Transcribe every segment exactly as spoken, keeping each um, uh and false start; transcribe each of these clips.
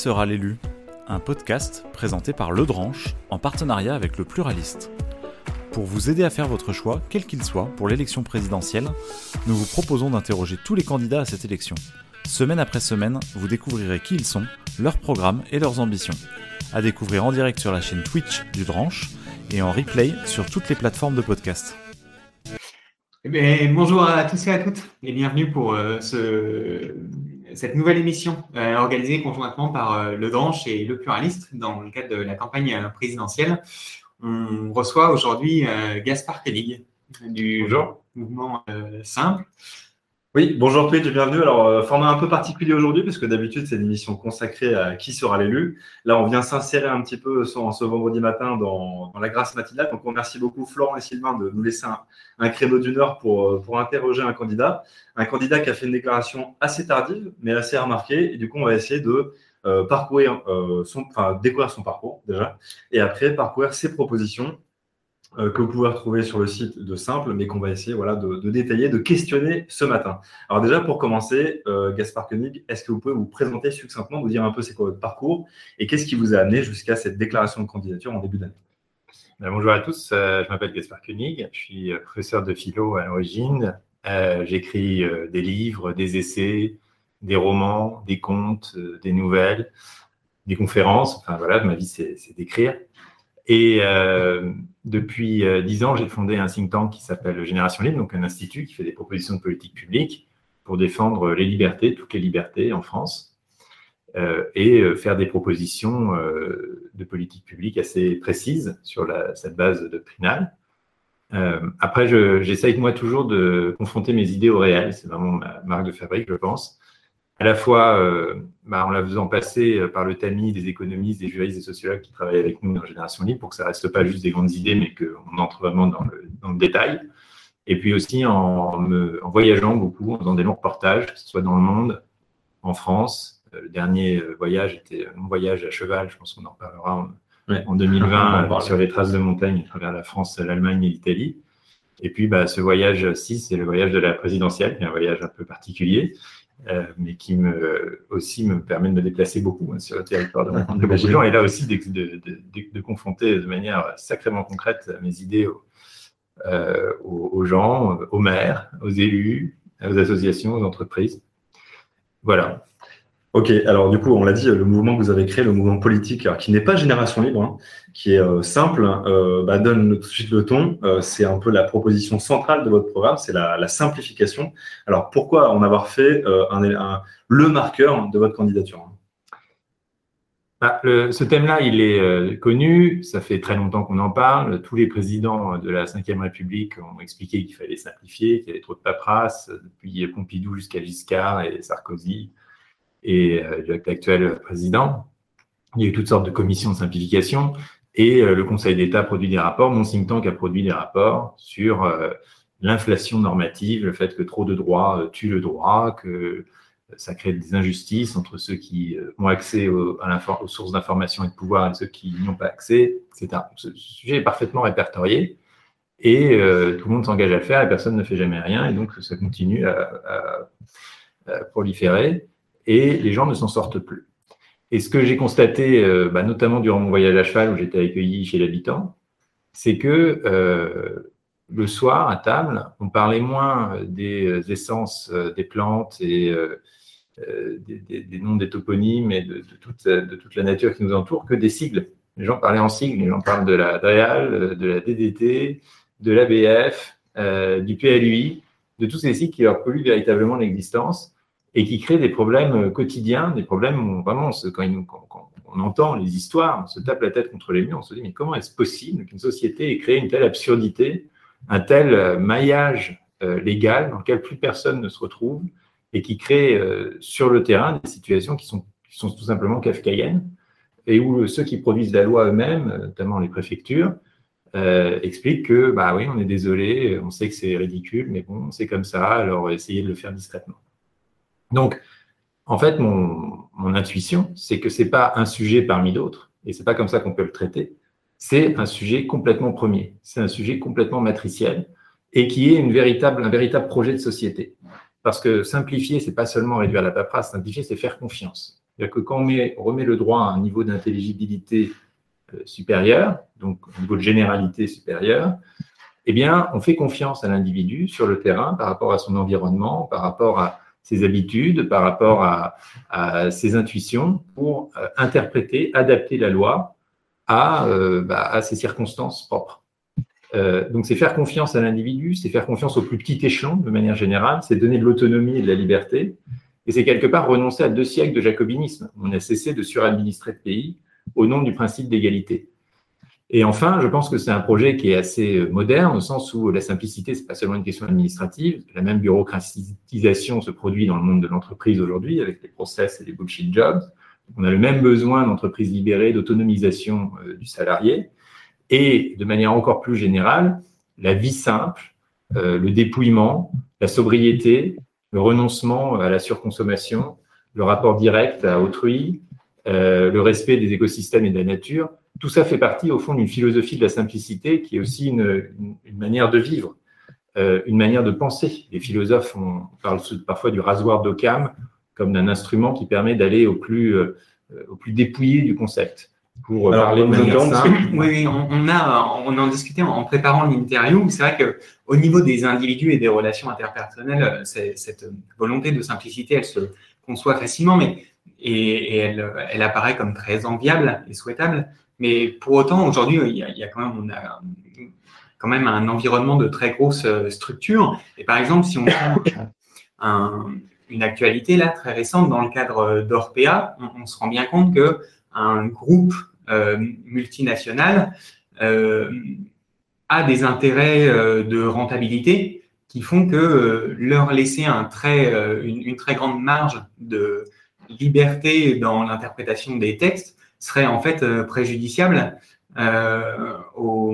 sera l'élu ? Un podcast présenté par Le Dranche en partenariat avec Le Pluraliste. Pour vous aider à faire votre choix, quel qu'il soit, pour l'élection présidentielle, nous vous proposons d'interroger tous les candidats à cette élection. Semaine après semaine, vous découvrirez qui ils sont, leurs programmes et leurs ambitions. À découvrir en direct sur la chaîne Twitch du Dranche et en replay sur toutes les plateformes de podcast. Eh bien, bonjour à tous et à toutes et bienvenue pour euh, ce, cette nouvelle émission euh, organisée conjointement par euh, Le Dranche et Le Pluraliste dans le cadre de la campagne euh, présidentielle. On reçoit aujourd'hui euh, Gaspard Koenig du bonjour. mouvement euh, Simple. Oui, bonjour Twitch, bienvenue. Alors, euh, format un peu particulier aujourd'hui, parce que d'habitude, c'est une émission consacrée à qui sera l'élu. Là, on vient s'insérer un petit peu ce, ce vendredi matin dans, dans la grâce matinale. Donc, on remercie beaucoup Florent et Sylvain de nous laisser un, un créneau d'une heure pour, pour interroger un candidat. Un candidat qui a fait une déclaration assez tardive, mais assez remarquée. Et du coup, on va essayer de euh, parcourir euh, son, enfin, découvrir son parcours déjà, et après parcourir ses propositions Euh, que vous pouvez retrouver sur le site de Simple, mais qu'on va essayer voilà, de, de détailler, de questionner ce matin. Alors déjà, pour commencer, euh, Gaspard Koenig, est-ce que vous pouvez vous présenter succinctement, vous dire un peu c'est quoi votre parcours et qu'est-ce qui vous a amené jusqu'à cette déclaration de candidature en début d'année ? Ben, bonjour à tous, euh, je m'appelle Gaspard Koenig, je suis professeur de philo à l'origine. Euh, j'écris euh, des livres, des essais, des romans, des contes, euh, des nouvelles, des conférences. Enfin voilà, ma vie c'est, c'est d'écrire. Et euh, depuis euh, dix ans, j'ai fondé un think tank qui s'appelle Génération Libre, donc un institut qui fait des propositions de politique publique pour défendre les libertés, toutes les libertés en France, euh, et euh, faire des propositions euh, de politique publique assez précises sur la, cette base doctrinale. Euh, après, je, j'essaye moi toujours de confronter mes idées au réel, c'est vraiment ma marque de fabrique, je pense. À la fois euh, bah, en la faisant passer par le tamis des économistes, des juristes, des sociologues qui travaillent avec nous dans Génération Libre pour que ça ne reste pas juste des grandes idées, mais qu'on entre vraiment dans le, dans le détail. Et puis aussi en, me, en voyageant beaucoup, en faisant des longs reportages, que ce soit dans le monde, en France. Euh, le dernier voyage était mon voyage à cheval, je pense qu'on en parlera en, ouais. en deux mille vingt, sur les traces de montagne à travers la France, l'Allemagne et l'Italie. Et puis bah, ce voyage-ci, c'est le voyage de la présidentielle, qui est un voyage un peu particulier. Euh, mais qui me, aussi me permet de me déplacer beaucoup hein, sur le territoire de, de beaucoup de gens, et là aussi de, de, de, de, de confronter de manière sacrément concrète mes idées aux, euh, aux, aux gens, aux maires, aux élus, aux associations, aux entreprises. Voilà. Ok, alors du coup, on l'a dit, le mouvement que vous avez créé, le mouvement politique, alors, qui n'est pas Génération Libre, hein, qui est euh, simple, euh, bah, donne tout de suite le ton. Euh, c'est un peu la proposition centrale de votre programme, c'est la, la simplification. Alors, pourquoi en avoir fait euh, un, un, le marqueur de votre candidature ? Bah, le, ce thème-là, il est euh, connu, ça fait très longtemps qu'on en parle. Tous les présidents de la cinquième République ont expliqué qu'il fallait simplifier, qu'il y avait trop de paperasse, depuis Pompidou jusqu'à Giscard et Sarkozy et euh, l'actuel président. Il y a eu toutes sortes de commissions de simplification et euh, le Conseil d'État produit des rapports. Mon think tank a produit des rapports sur euh, l'inflation normative, le fait que trop de droits euh, tue le droit, que ça crée des injustices entre ceux qui euh, ont accès au, à aux sources d'information et de pouvoir et ceux qui n'y ont pas accès, et cetera. Ce sujet est parfaitement répertorié et euh, tout le monde s'engage à le faire et personne ne fait jamais rien et donc ça continue à, à, à proliférer. Et les gens ne s'en sortent plus. Et ce que j'ai constaté, euh, bah, notamment durant mon voyage à cheval où j'étais accueilli chez l'habitant, c'est que euh, le soir, à table, on parlait moins des essences euh, des plantes et euh, des, des, des noms des toponymes et de, de, toute, de toute la nature qui nous entoure que des sigles. Les gens parlaient en sigles, les gens parlent de la D R E A L, de la D D T, de l'A B F, euh, du P L U I, de tous ces sigles qui leur polluent véritablement l'existence et qui créent des problèmes quotidiens, des problèmes où vraiment, on se, quand, il, quand, quand on entend les histoires, on se tape la tête contre les murs, on se dit mais comment est-ce possible qu'une société ait créé une telle absurdité, un tel maillage euh, légal dans lequel plus personne ne se retrouve et qui crée euh, sur le terrain des situations qui sont, qui sont tout simplement kafkaïennes et où ceux qui produisent la loi eux-mêmes, notamment les préfectures, euh, expliquent que bah oui, on est désolé, on sait que c'est ridicule, mais bon, c'est comme ça, alors essayez de le faire discrètement. Donc, en fait, mon, mon intuition, c'est que c'est pas un sujet parmi d'autres, et c'est pas comme ça qu'on peut le traiter. C'est un sujet complètement premier, c'est un sujet complètement matriciel, et qui est une véritable, un véritable projet de société. Parce que simplifier, c'est pas seulement réduire la paperasse, simplifier, c'est faire confiance. C'est-à-dire que quand on, met, on remet le droit à un niveau d'intelligibilité euh, supérieur, donc un niveau de généralité supérieur, eh bien, on fait confiance à l'individu sur le terrain par rapport à son environnement, par rapport à ses habitudes, par rapport à, à ses intuitions pour euh, interpréter, adapter la loi à, euh, bah, à ses circonstances propres. Euh, donc, c'est faire confiance à l'individu, c'est faire confiance au plus petit échelon de manière générale, c'est donner de l'autonomie et de la liberté, et c'est quelque part renoncer à deux siècles de jacobinisme. On a cessé de suradministrer le pays au nom du principe d'égalité. Et enfin, je pense que c'est un projet qui est assez moderne, au sens où la simplicité, c'est pas seulement une question administrative. La même bureaucratisation se produit dans le monde de l'entreprise aujourd'hui, avec les process et les bullshit jobs. On a le même besoin d'entreprises libérées, d'autonomisation euh, du salarié. Et de manière encore plus générale, la vie simple, euh, le dépouillement, la sobriété, le renoncement à la surconsommation, le rapport direct à autrui, euh, le respect des écosystèmes et de la nature. Tout ça fait partie, au fond, d'une philosophie de la simplicité qui est aussi une, une, une manière de vivre, euh, une manière de penser. Les philosophes on parle parfois du rasoir d'Occam comme d'un instrument qui permet d'aller au plus, euh, au plus dépouillé du concept. Pour Alors, parler de manière simple. Oui, oui, on, on a, on en discutait en, en préparant l'interview. C'est vrai que au niveau des individus et des relations interpersonnelles, cette volonté de simplicité, elle se conçoit facilement, mais et, et elle, elle apparaît comme très enviable et souhaitable. Mais pour autant, aujourd'hui, il y a, il y a quand même, on a quand même un environnement de très grosse structure. Et par exemple, si on prend un, une actualité là très récente dans le cadre d'Orpea, on, on se rend bien compte que un groupe euh, multinational euh, a des intérêts euh, de rentabilité qui font que euh, leur laisser un très, euh, une, une très grande marge de liberté dans l'interprétation des textes serait en fait euh, préjudiciable euh, aux,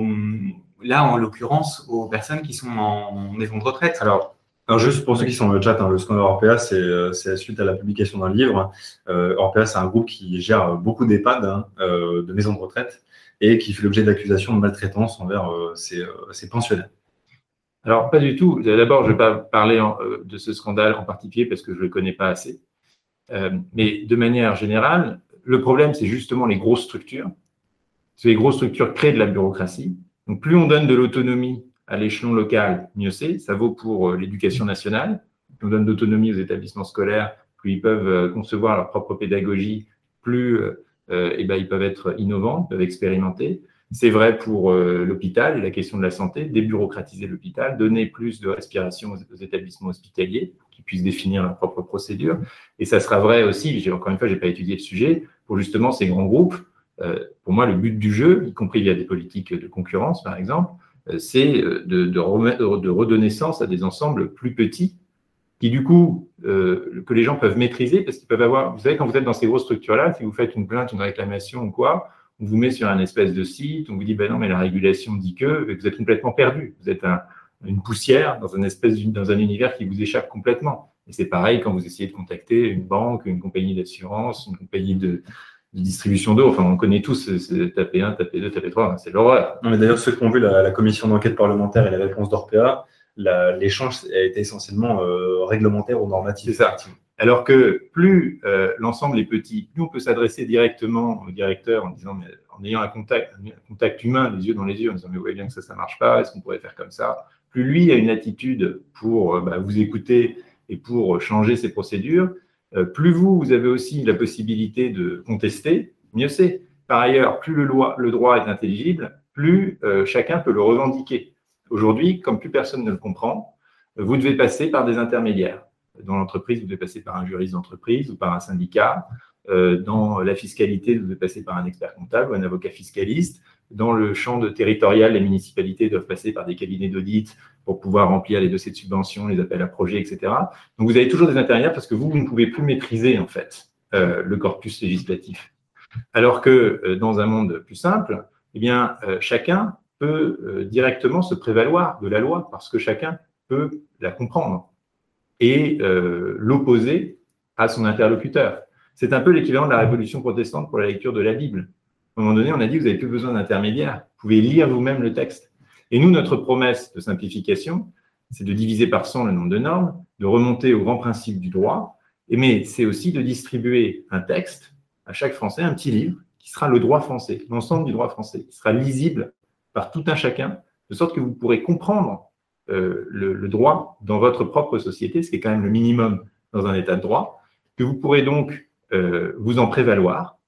là en l'occurrence aux personnes qui sont en maison de retraite. Alors, alors juste pour ceux qui sont dans le chat, hein, le scandale Orpea, c'est, c'est suite à la publication d'un livre. Euh, Orpea, c'est un groupe qui gère beaucoup d'EHPAD, hein, euh, de maisons de retraite, et qui fait l'objet d'accusations de maltraitance envers euh, ses, euh, ses pensionnaires. Alors, pas du tout. D'abord, je ne vais pas parler en, euh, de ce scandale en particulier parce que je ne le connais pas assez. Euh, mais de manière générale, le problème, c'est justement les grosses structures. Ces grosses structures créent de la bureaucratie. Donc, plus on donne de l'autonomie à l'échelon local, mieux c'est. Ça vaut pour l'éducation nationale. Plus on donne d'autonomie aux établissements scolaires, plus ils peuvent concevoir leur propre pédagogie, plus euh, eh ben, ils peuvent être innovants, ils peuvent expérimenter. C'est vrai pour euh, l'hôpital et la question de la santé, débureaucratiser l'hôpital, donner plus de respiration aux, aux établissements hospitaliers, qui puissent définir leurs propres procédures. Et ça sera vrai aussi, j'ai, encore une fois, je n'ai pas étudié le sujet, pour justement ces grands groupes. Euh, pour moi, le but du jeu, y compris via des politiques de concurrence, par exemple, euh, c'est de, de, remettre, de redonner sens à des ensembles plus petits qui, du coup, euh, que les gens peuvent maîtriser parce qu'ils peuvent avoir… Vous savez, quand vous êtes dans ces grosses structures-là, si vous faites une plainte, une réclamation ou quoi, on vous met sur un espèce de site, on vous dit, ben non, mais la régulation dit que, et vous êtes complètement perdu. Vous êtes un, une poussière dans un espèce, dans un univers qui vous échappe complètement. Et c'est pareil quand vous essayez de contacter une banque, une compagnie d'assurance, une compagnie de, de distribution d'eau. Enfin, on connaît tous, c'est taper un, taper deux, taper trois, c'est l'horreur. Non, mais d'ailleurs, ceux qui ont vu la, la commission d'enquête parlementaire et les réponses d'Orpea, la, l'échange a été essentiellement euh, réglementaire ou normatif. C'est ça. Alors que plus euh, l'ensemble est petit, plus on peut s'adresser directement au directeur en disant, mais, en ayant un contact, un contact humain, les yeux dans les yeux, en disant, mais vous voyez bien que ça, ça marche pas, est-ce qu'on pourrait faire comme ça? Plus lui a une attitude pour euh, bah, vous écouter et pour changer ses procédures, euh, plus vous, vous avez aussi la possibilité de contester, mieux c'est. Par ailleurs, plus le, loi, le droit est intelligible, plus euh, chacun peut le revendiquer. Aujourd'hui, comme plus personne ne le comprend, vous devez passer par des intermédiaires. Dans l'entreprise, vous devez passer par un juriste d'entreprise ou par un syndicat. Euh, dans la fiscalité, vous devez passer par un expert comptable ou un avocat fiscaliste. Dans le champ de territorial, les municipalités doivent passer par des cabinets d'audit pour pouvoir remplir les dossiers de subvention, les appels à projets, et cetera. Donc, vous avez toujours des intermédiaires parce que vous, vous ne pouvez plus maîtriser, en fait, euh, le corpus législatif. Alors que euh, dans un monde plus simple, eh bien, euh, chacun peut euh, directement se prévaloir de la loi parce que chacun peut la comprendre et euh, l'opposer à son interlocuteur. C'est un peu l'équivalent de la Révolution protestante pour la lecture de la Bible. À un moment donné, on a dit que vous n'avez plus besoin d'intermédiaire. Vous pouvez lire vous-même le texte. Et nous, notre promesse de simplification, c'est de diviser par cent le nombre de normes, de remonter aux grands principes du droit Mais c'est aussi de distribuer un texte à chaque Français, un petit livre, qui sera le droit français, l'ensemble du droit français, qui sera lisible par tout un chacun, de sorte que vous pourrez comprendre euh, le, le droit dans votre propre société, ce qui est quand même le minimum dans un état de droit, que vous pourrez donc euh, vous en prévaloir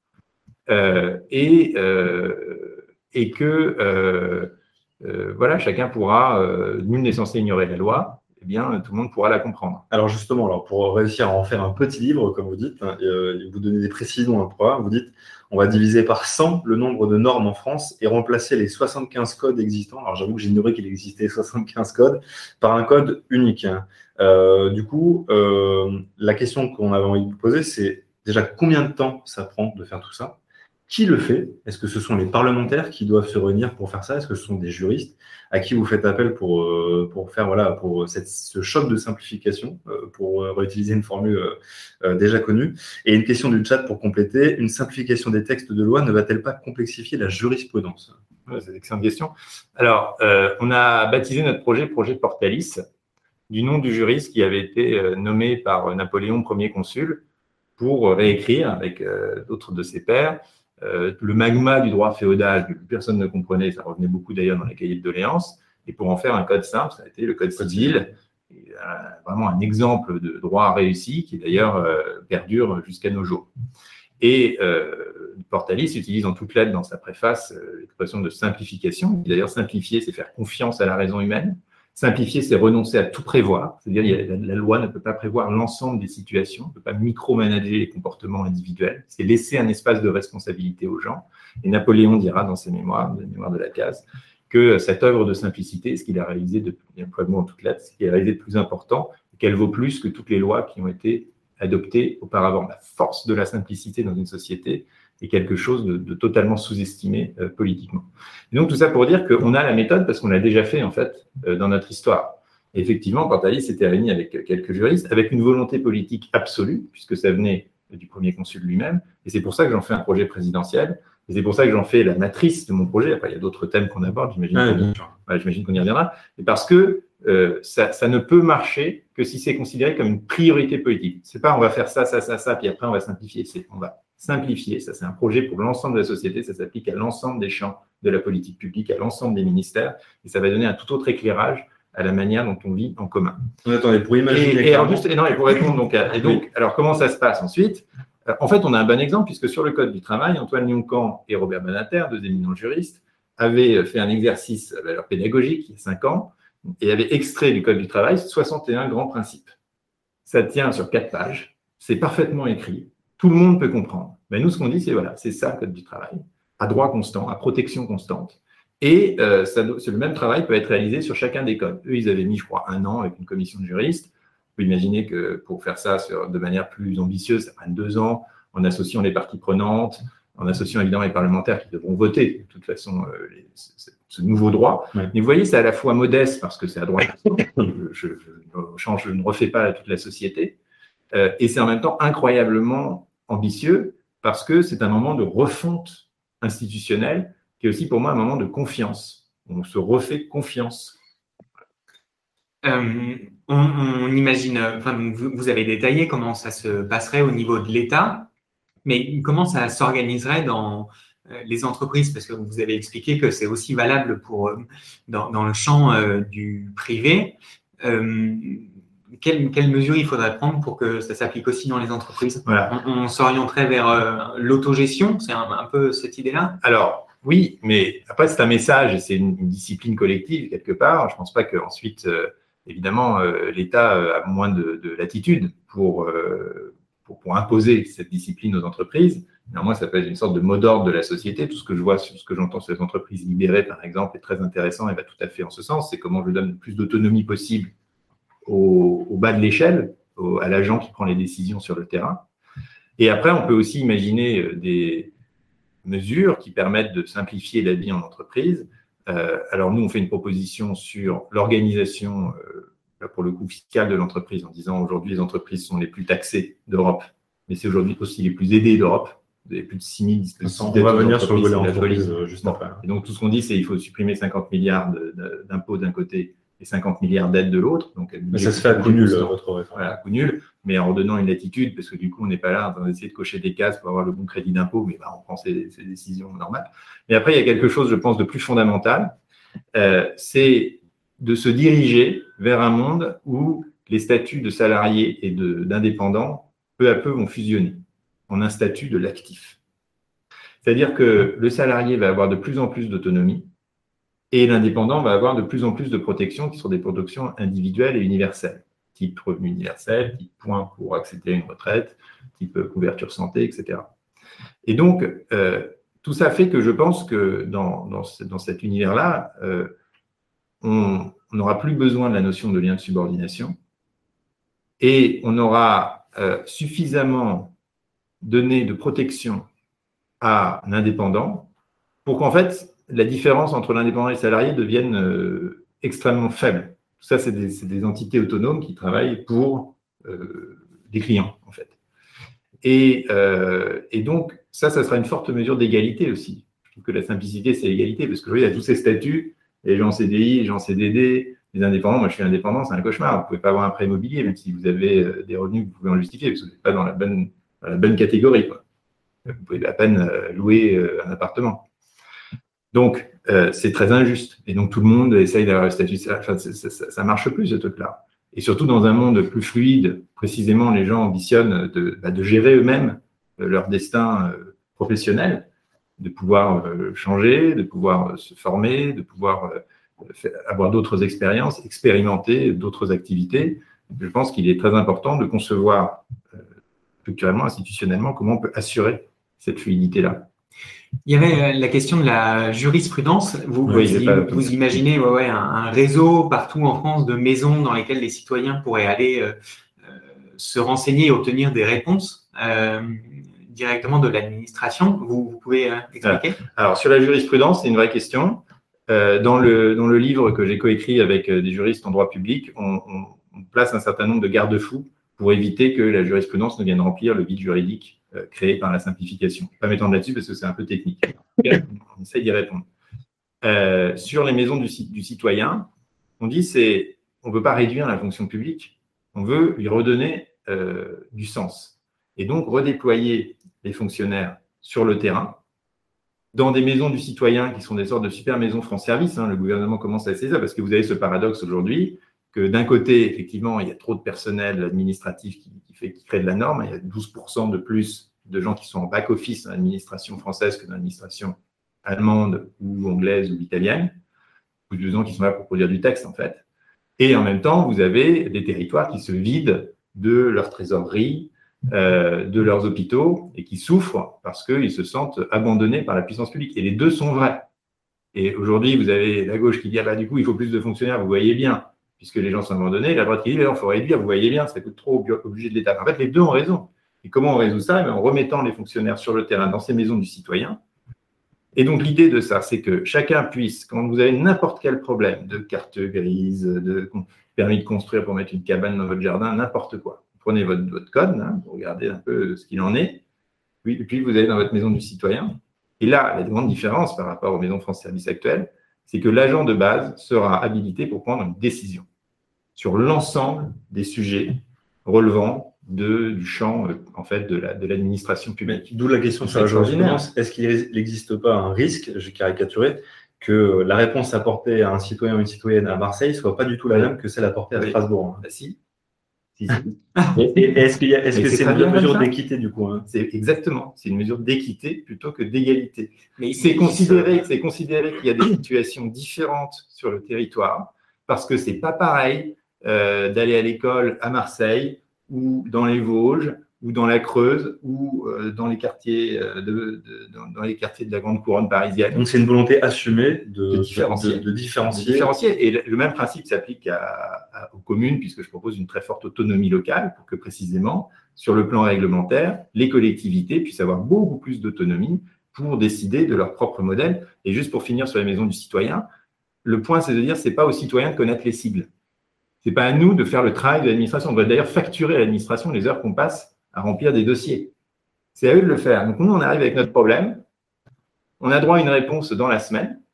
euh, et, euh, et que euh, euh, voilà, chacun pourra, euh, nul n'est censé ignorer la loi, eh bien, tout le monde pourra la comprendre. Alors justement, alors pour réussir à en faire un petit livre, comme vous dites, hein, et, euh, et vous donnez des précisions à un programme, vous dites on va diviser par cent le nombre de normes en France et remplacer les soixante-quinze codes existants. Alors j'avoue que j'ignorais qu'il existait soixante-quinze codes par un code unique. Hein. Euh, du coup, euh, la question qu'on avait envie de vous poser, c'est déjà combien de temps ça prend de faire tout ça? Qui le fait? Est-ce que ce sont les parlementaires qui doivent se réunir pour faire ça? Est-ce que ce sont des juristes à qui vous faites appel pour, euh, pour faire voilà, pour cette, ce choc de simplification, euh, pour euh, réutiliser une formule euh, euh, déjà connue? Et une question du chat pour compléter, une simplification des textes de loi ne va-t-elle pas complexifier la jurisprudence? Ouais, c'est une excellente question. Alors, euh, on a baptisé notre projet projet Portalis, du nom du juriste qui avait été euh, nommé par Napoléon, premier consul, pour réécrire avec euh, d'autres de ses pairs Euh, le magma du droit féodal que personne ne comprenait, ça revenait beaucoup d'ailleurs dans les cahiers de doléances, et pour en faire un code simple, ça a été le code civil, et, euh, vraiment un exemple de droit réussi qui d'ailleurs euh, perdure jusqu'à nos jours. Et euh, Portalis utilise en toutes lettres dans sa préface euh, l'expression de simplification. D'ailleurs, simplifier, c'est faire confiance à la raison humaine. Simplifier, c'est renoncer à tout prévoir, c'est-à-dire la, la loi ne peut pas prévoir l'ensemble des situations, ne peut pas micromanager les comportements individuels, c'est laisser un espace de responsabilité aux gens. Et Napoléon dira dans ses mémoires, les mémoires de la case, que cette œuvre de simplicité, ce qu'il a réalisé, de, il y a un mot en toutes lettres, ce qu'il a réalisé de plus important, qu'elle vaut plus que toutes les lois qui ont été adoptées auparavant. La force de la simplicité dans une société est quelque chose de, de totalement sous-estimé euh, politiquement. Et donc, tout ça pour dire qu'on a la méthode parce qu'on l'a déjà fait, en fait, euh, dans notre histoire. Et effectivement, Portalis s'était réuni avec quelques juristes, avec une volonté politique absolue, puisque ça venait du premier consul lui-même. Et c'est pour ça que j'en fais un projet présidentiel. Et c'est pour ça que j'en fais la matrice de mon projet. Après, il y a d'autres thèmes qu'on aborde, j'imagine, ah, qu'on, ouais, j'imagine qu'on y reviendra. Et parce que euh, ça, ça ne peut marcher que si c'est considéré comme une priorité politique. C'est pas on va faire ça, ça, ça, ça, puis après on va simplifier. C'est on va simplifier. Ça, c'est un projet pour l'ensemble de la société. Ça s'applique à l'ensemble des champs de la politique publique, à l'ensemble des ministères. Et ça va donner un tout autre éclairage à la manière dont on vit en commun. Attendez, pour imaginer. Et, et, alors, juste, et, non, et pour répondre, donc, à, et donc, alors, comment ça se passe ensuite? En fait, on a un bon exemple, puisque sur le Code du travail, Antoine Lyon-Camp et Robert Badinter, deux éminents juristes, avaient fait un exercice à valeur pédagogique il y a cinq ans et avaient extrait du Code du travail soixante et un grands principes. Ça tient sur quatre pages, c'est parfaitement écrit, tout le monde peut comprendre. Mais nous, ce qu'on dit, c'est voilà, c'est ça le Code du travail, à droit constant, à protection constante. Et euh, ça, le même travail peut être réalisé sur chacun des codes. Eux, ils avaient mis, je crois, un an avec une commission de juristes. On peut imaginer que pour faire ça sur, de manière plus ambitieuse, ça prenne deux ans, en associant les parties prenantes, en associant évidemment les parlementaires qui devront voter de toute façon euh, les, ce, ce nouveau droit. Ouais. Mais vous voyez, c'est à la fois modeste parce que c'est à droite, je, je, je, change, je ne refais pas toute la société, euh, et c'est en même temps incroyablement ambitieux parce que c'est un moment de refonte institutionnelle qui est aussi pour moi un moment de confiance. On se refait confiance. Euh, on, on imagine, enfin, vous, vous avez détaillé comment ça se passerait au niveau de l'État, mais comment ça s'organiserait dans les entreprises? Parce que vous avez expliqué que c'est aussi valable pour, dans, dans le champ euh, du privé. Euh, quelles quelle mesures il faudrait prendre pour que ça s'applique aussi dans les entreprises? Voilà. On, on s'orienterait vers euh, l'autogestion, c'est un, un peu cette idée-là? Alors, oui, mais après, c'est un message et c'est une, une discipline collective, quelque part. Je ne pense pas qu'ensuite, euh, évidemment, euh, l'État euh, a moins de, de latitude pour, euh, pour, pour imposer cette discipline aux entreprises. Néanmoins, ça peut être une sorte de mot d'ordre de la société. Tout ce que je vois, ce que j'entends sur les entreprises libérées, par exemple, est très intéressant et va tout à fait en ce sens. C'est comment je donne le plus d'autonomie possible au, au bas de l'échelle, au, à l'agent qui prend les décisions sur le terrain. Et après, on peut aussi imaginer des mesures qui permettent de simplifier la vie en entreprise. Euh, alors nous, on fait une proposition sur l'organisation, euh, pour le coup, fiscale de l'entreprise, en disant aujourd'hui, les entreprises sont les plus taxées d'Europe, mais c'est aujourd'hui aussi les plus aidées d'Europe. Vous avez plus de six mille dispositifs. On va venir sur le volet entreprise euh, juste après. Et donc tout ce qu'on dit, c'est qu'il faut supprimer cinquante milliards de, de, d'impôts d'un côté et cinquante milliards d'aides de l'autre. Donc, mais ça se fait à coup nul, votre réforme. Voilà, à coup nul, mais en redonnant une latitude, parce que du coup, on n'est pas là en train d'essayer de cocher des cases pour avoir le bon crédit d'impôt, mais bah, on prend ces, ces décisions normales. Mais après, il y a quelque chose, je pense, de plus fondamental, euh, c'est de se diriger vers un monde où les statuts de salariés et de, d'indépendants, peu à peu, vont fusionner en un statut de l'actif. C'est-à-dire que le salarié va avoir de plus en plus d'autonomie et l'indépendant va avoir de plus en plus de protections qui sont des protections individuelles et universelles, type revenu universel, type point pour accéder à une retraite, type couverture santé, et cetera. Et donc, euh, tout ça fait que je pense que dans, dans, ce, dans cet univers-là, euh, on n'aura plus besoin de la notion de lien de subordination et on aura euh, suffisamment donné de protection à un indépendant pour qu'en fait, la différence entre l'indépendant et le salarié devienne euh, extrêmement faible. Tout ça, c'est des, c'est des entités autonomes qui travaillent pour euh, des clients, en fait. Et, euh, et donc, ça, ça sera une forte mesure d'égalité aussi. Je trouve que la simplicité, c'est l'égalité, parce que vous voyez, il y a tous ces statuts, les gens en C D I, les gens en C D D, les indépendants. Moi, je suis indépendant, c'est un cauchemar. Vous ne pouvez pas avoir un prêt immobilier, même si vous avez des revenus que vous pouvez en justifier, parce que vous n'êtes pas dans la bonne, dans la bonne catégorie, quoi. Vous pouvez à peine louer un appartement. Donc, euh, c'est très injuste. Et donc, tout le monde essaye d'avoir le statut. Enfin, ça ne marche plus, ce truc-là. Et surtout, dans un monde plus fluide, précisément, les gens ambitionnent de, bah, de gérer eux-mêmes leur destin euh, professionnel, de pouvoir euh, changer, de pouvoir euh, se former, de pouvoir euh, faire, avoir d'autres expériences, expérimenter d'autres activités. Je pense qu'il est très important de concevoir euh, structurellement, institutionnellement, comment on peut assurer cette fluidité-là. Il y avait la question de la jurisprudence. Vous, oui, vous, pas, vous imaginez ouais, ouais, un, un réseau partout en France de maisons dans lesquelles les citoyens pourraient aller euh, euh, se renseigner et obtenir des réponses euh, directement de l'administration. Vous, vous pouvez euh, expliquer ? Alors, sur la jurisprudence, c'est une vraie question. Euh, dans, le, dans le livre que j'ai coécrit avec des juristes en droit public, on, on, on place un certain nombre de garde-fous pour éviter que la jurisprudence ne vienne remplir le vide juridique euh, créé par la simplification. Je ne vais pas m'étendre là-dessus parce que c'est un peu technique. On essaie d'y répondre. Euh, sur les maisons du, du citoyen, on dit c'est, on ne veut pas réduire la fonction publique, on veut lui redonner euh, du sens. Et donc redéployer les fonctionnaires sur le terrain, dans des maisons du citoyen qui sont des sortes de super maisons France Service. Hein, le gouvernement commence à essayer ça parce que vous avez ce paradoxe aujourd'hui que d'un côté, effectivement, il y a trop de personnel administratif qui, qui, fait, qui crée de la norme. Il y a douze pour cent de plus de gens qui sont en back-office dans l'administration française que dans l'administration allemande ou anglaise ou italienne. Ou de gens qui sont là pour produire du texte, en fait. Et en même temps, vous avez des territoires qui se vident de leur trésorerie, euh, de leurs hôpitaux et qui souffrent parce qu'ils se sentent abandonnés par la puissance publique. Et les deux sont vrais. Et aujourd'hui, vous avez la gauche qui dit ah bah, du coup, il faut plus de fonctionnaires, vous voyez bien, puisque les gens sont abandonnés, la droite qui dit il faut réduire, vous voyez bien, ça coûte trop au budget de l'État. En fait, les deux ont raison. Et comment on résout ça ? En remettant les fonctionnaires sur le terrain, dans ces maisons du citoyen. Et donc, l'idée de ça, c'est que chacun puisse, quand vous avez n'importe quel problème de carte grise, de permis de construire pour mettre une cabane dans votre jardin, n'importe quoi. Vous prenez votre, votre code, hein, vous regardez un peu ce qu'il en est, puis, puis vous allez dans votre maison du citoyen. Et là, la grande différence par rapport aux maisons France Service actuelles, c'est que l'agent de base sera habilité pour prendre une décision sur l'ensemble des sujets relevant de, du champ en fait, de, la, de l'administration publique. D'où la question sur la jurisprudence. Est-ce qu'il n'existe pas un risque, je caricaturais, que la réponse apportée à un citoyen ou une citoyenne à Marseille ne soit pas du tout la même que celle apportée à Strasbourg? Bah, si. si, si. Et, et est-ce, qu'il y a, est-ce que c'est, c'est une mesure d'équité du coup hein? C'est exactement, c'est une mesure d'équité plutôt que d'égalité. Mais c'est considéré, c'est considéré qu'il y a des situations différentes sur le territoire parce que c'est pas pareil euh, d'aller à l'école à Marseille ou dans les Vosges, ou dans la Creuse, ou euh, dans les quartiers de, de, dans, dans les quartiers de la grande couronne parisienne. Donc c'est une volonté assumée de, de différencier. De, de différencier. De différencier. Et le, le même principe s'applique à, à, aux communes, puisque je propose une très forte autonomie locale, pour que précisément, sur le plan réglementaire, les collectivités puissent avoir beaucoup plus d'autonomie pour décider de leur propre modèle. Et juste pour finir sur la maison du citoyen, le point c'est de dire c'est pas aux citoyens de connaître les cibles. C'est pas à nous de faire le travail de l'administration. On doit d'ailleurs facturer à l'administration les heures qu'on passe à remplir des dossiers. C'est à eux de le faire. Donc nous, on arrive avec notre problème. On a droit à une réponse dans la semaine,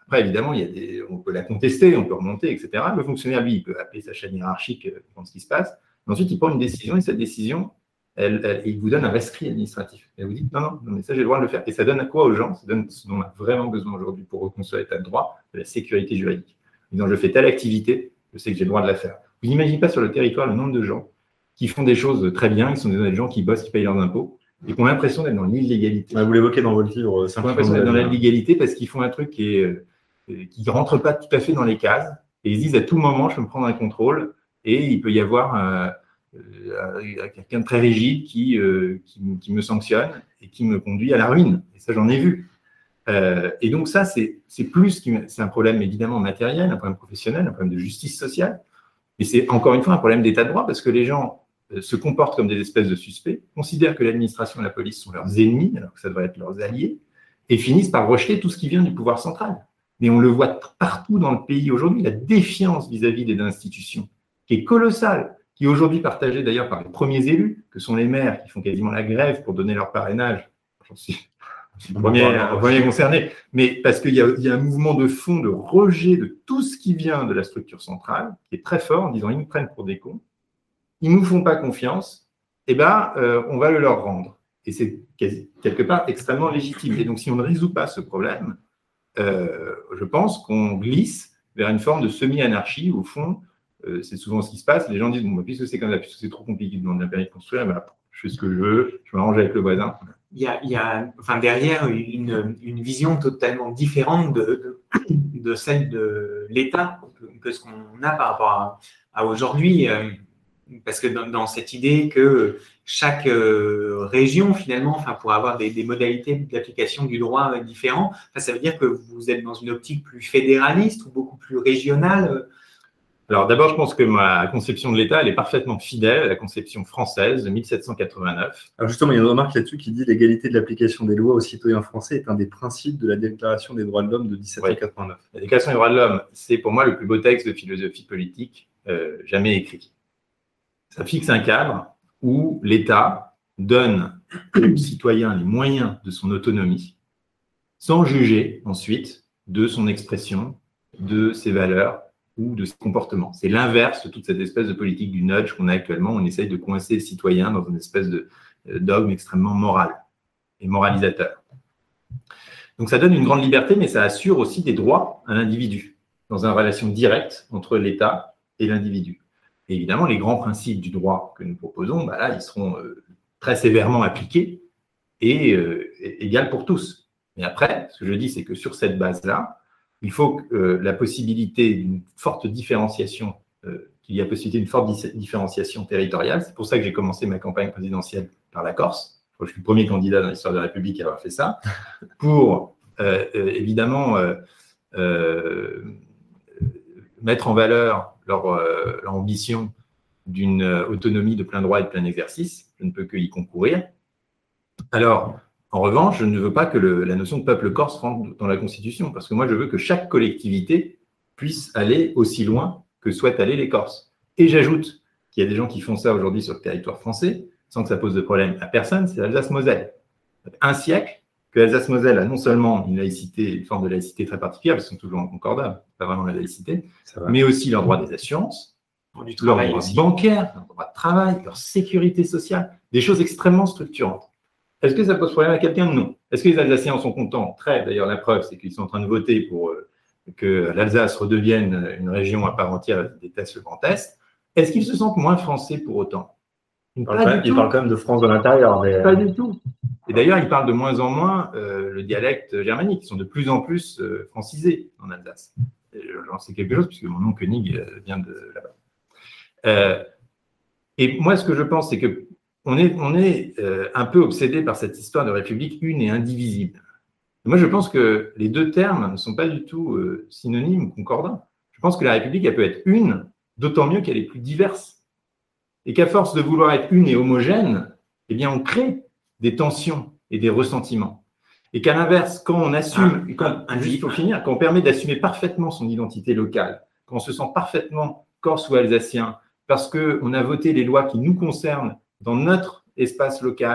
Après, évidemment, il y a des, on peut la contester, on peut remonter, et cetera. Le fonctionnaire, lui, il peut appeler sa chaîne hiérarchique, comprendre ce qui se passe. Mais ensuite, il prend une décision et cette décision, elle, elle, il vous donne un rescrit administratif. Et vous dites, non, non, non, mais ça, j'ai le droit de le faire. Et ça donne à quoi aux gens? Ça donne ce dont on a vraiment besoin aujourd'hui pour reconstruire l'état de droit, de la sécurité juridique. En disant, je fais telle activité, je sais que j'ai le droit de la faire. Vous n'imaginez pas sur le territoire le nombre de gens qui font des choses très bien, qui sont des gens qui bossent, qui payent leurs impôts, et qui ont l'impression d'être dans l'illégalité. Vous l'évoquez dans votre livre. Ils ont l'impression d'être dans l'illégalité parce qu'ils font un truc qui est, qui ne rentre pas tout à fait dans les cases, et ils se disent à tout moment, je peux me prendre un contrôle, et il peut y avoir euh, euh, quelqu'un de très rigide qui, euh, qui, qui me sanctionne et qui me conduit à la ruine. Et ça, j'en ai vu. Euh, et donc ça, c'est, c'est plus, c'est un problème évidemment matériel, un problème professionnel, un problème de justice sociale, mais c'est encore une fois un problème d'état de droit parce que les gens euh, se comportent comme des espèces de suspects, considèrent que l'administration et la police sont leurs ennemis, alors que ça devrait être leurs alliés, et finissent par rejeter tout ce qui vient du pouvoir central. Mais on le voit partout dans le pays aujourd'hui, la défiance vis-à-vis des institutions, qui est colossale, qui est aujourd'hui partagée d'ailleurs par les premiers élus, que sont les maires, qui font quasiment la grève pour donner leur parrainage. J'en suis le premier, le premier concerné, mais parce qu'il y a, il y a un mouvement de fond de rejet de tout ce qui vient de la structure centrale, qui est très fort, en disant ils nous prennent pour des cons, ils ne nous font pas confiance, eh ben, euh, on va le leur rendre. Et c'est quasi, quelque part extrêmement légitime. Et donc, si on ne résout pas ce problème, euh, je pense qu'on glisse vers une forme de semi-anarchie. Au fond, euh, c'est souvent ce qui se passe. Les gens disent, bon, puisque c'est comme ça, puisque c'est trop compliqué de demander un permis de construire, ben, je fais ce que je veux, je m'arrange avec le voisin. Il y a, il y a enfin, derrière une, une vision totalement différente de, de, de celle de l'État que, que ce qu'on a par rapport à, à aujourd'hui. Euh, parce que dans, dans cette idée que chaque euh, région, finalement, enfin, pour avoir des, des modalités d'application du droit euh, différents, enfin, ça veut dire que vous êtes dans une optique plus fédéraliste ou beaucoup plus régionale. Alors d'abord, je pense que ma conception de l'État, elle est parfaitement fidèle à la conception française de mille sept cent quatre-vingt-neuf. Alors justement, il y a une remarque là-dessus qui dit « L'égalité de l'application des lois aux citoyens français est un des principes de la Déclaration des droits de l'homme de dix-sept cent quatre-vingt-neuf. » La Déclaration des droits de l'homme, c'est pour moi le plus beau texte de philosophie politique euh, jamais écrit. Ça fixe un cadre où l'État donne aux citoyens les moyens de son autonomie, sans juger ensuite de son expression, de ses valeurs ou de ses comportements. C'est l'inverse de toute cette espèce de politique du nudge qu'on a actuellement. On essaye de coincer le citoyen dans une espèce de dogme extrêmement moral et moralisateur. Donc ça donne une grande liberté, mais ça assure aussi des droits à l'individu, dans une relation directe entre l'État et l'individu. Et évidemment, les grands principes du droit que nous proposons, bah là, ils seront euh, très sévèrement appliqués et, euh, et égales pour tous. Mais après, ce que je dis, c'est que sur cette base-là, il faut que euh, la possibilité d'une forte différenciation, euh, qu'il y a possibilité d'une forte di- différenciation territoriale. C'est pour ça que j'ai commencé ma campagne présidentielle par la Corse. Je suis le premier candidat dans l'histoire de la République à avoir fait ça, pour euh, euh, évidemment euh, euh, mettre en valeur leur, euh, leur ambition d'une autonomie de plein droit et de plein exercice. Je ne peux que y concourir. Alors, en revanche, je ne veux pas que le, la notion de peuple corse rentre dans la Constitution, parce que moi, je veux que chaque collectivité puisse aller aussi loin que souhaitent aller les Corses. Et j'ajoute qu'il y a des gens qui font ça aujourd'hui sur le territoire français, sans que ça pose de problème à personne, c'est l'Alsace-Moselle. Un siècle que l'Alsace-Moselle a non seulement une laïcité, une forme de laïcité très particulière, parce qu'ils sont toujours en concordat, pas vraiment la laïcité, mais aussi leur droit des assurances, du leur droit bancaire, leur droit de travail, leur sécurité sociale, des choses extrêmement structurantes. Est-ce que ça pose problème à quelqu'un? Non. Est-ce que les Alsaciens en sont contents? Très. D'ailleurs, la preuve, c'est qu'ils sont en train de voter pour euh, que l'Alsace redevienne une région à part entière des tests le Grand Est. Est-ce qu'ils se sentent moins français pour autant? Ils parlent, ils parlent quand même de France de l'intérieur. Mais... Pas du tout. Et d'ailleurs, ils parlent de moins en moins euh, le dialecte germanique. Ils sont de plus en plus euh, francisés en Alsace. J'en sais quelque chose, puisque mon nom Koenig euh, vient de là-bas. Euh, et moi, ce que je pense, c'est que on est, on est euh, un peu obsédé par cette histoire de République une et indivisible. Et moi, je pense que les deux termes ne sont pas du tout euh, synonymes ou concordants. Je pense que la République, elle peut être une, d'autant mieux qu'elle est plus diverse. Et qu'à force de vouloir être une et homogène, eh bien, on crée des tensions et des ressentiments. Et qu'à l'inverse, quand on assume, quand, il faut finir, quand on permet d'assumer parfaitement son identité locale, quand on se sent parfaitement corse ou alsacien, parce qu'on a voté les lois qui nous concernent dans notre espace local,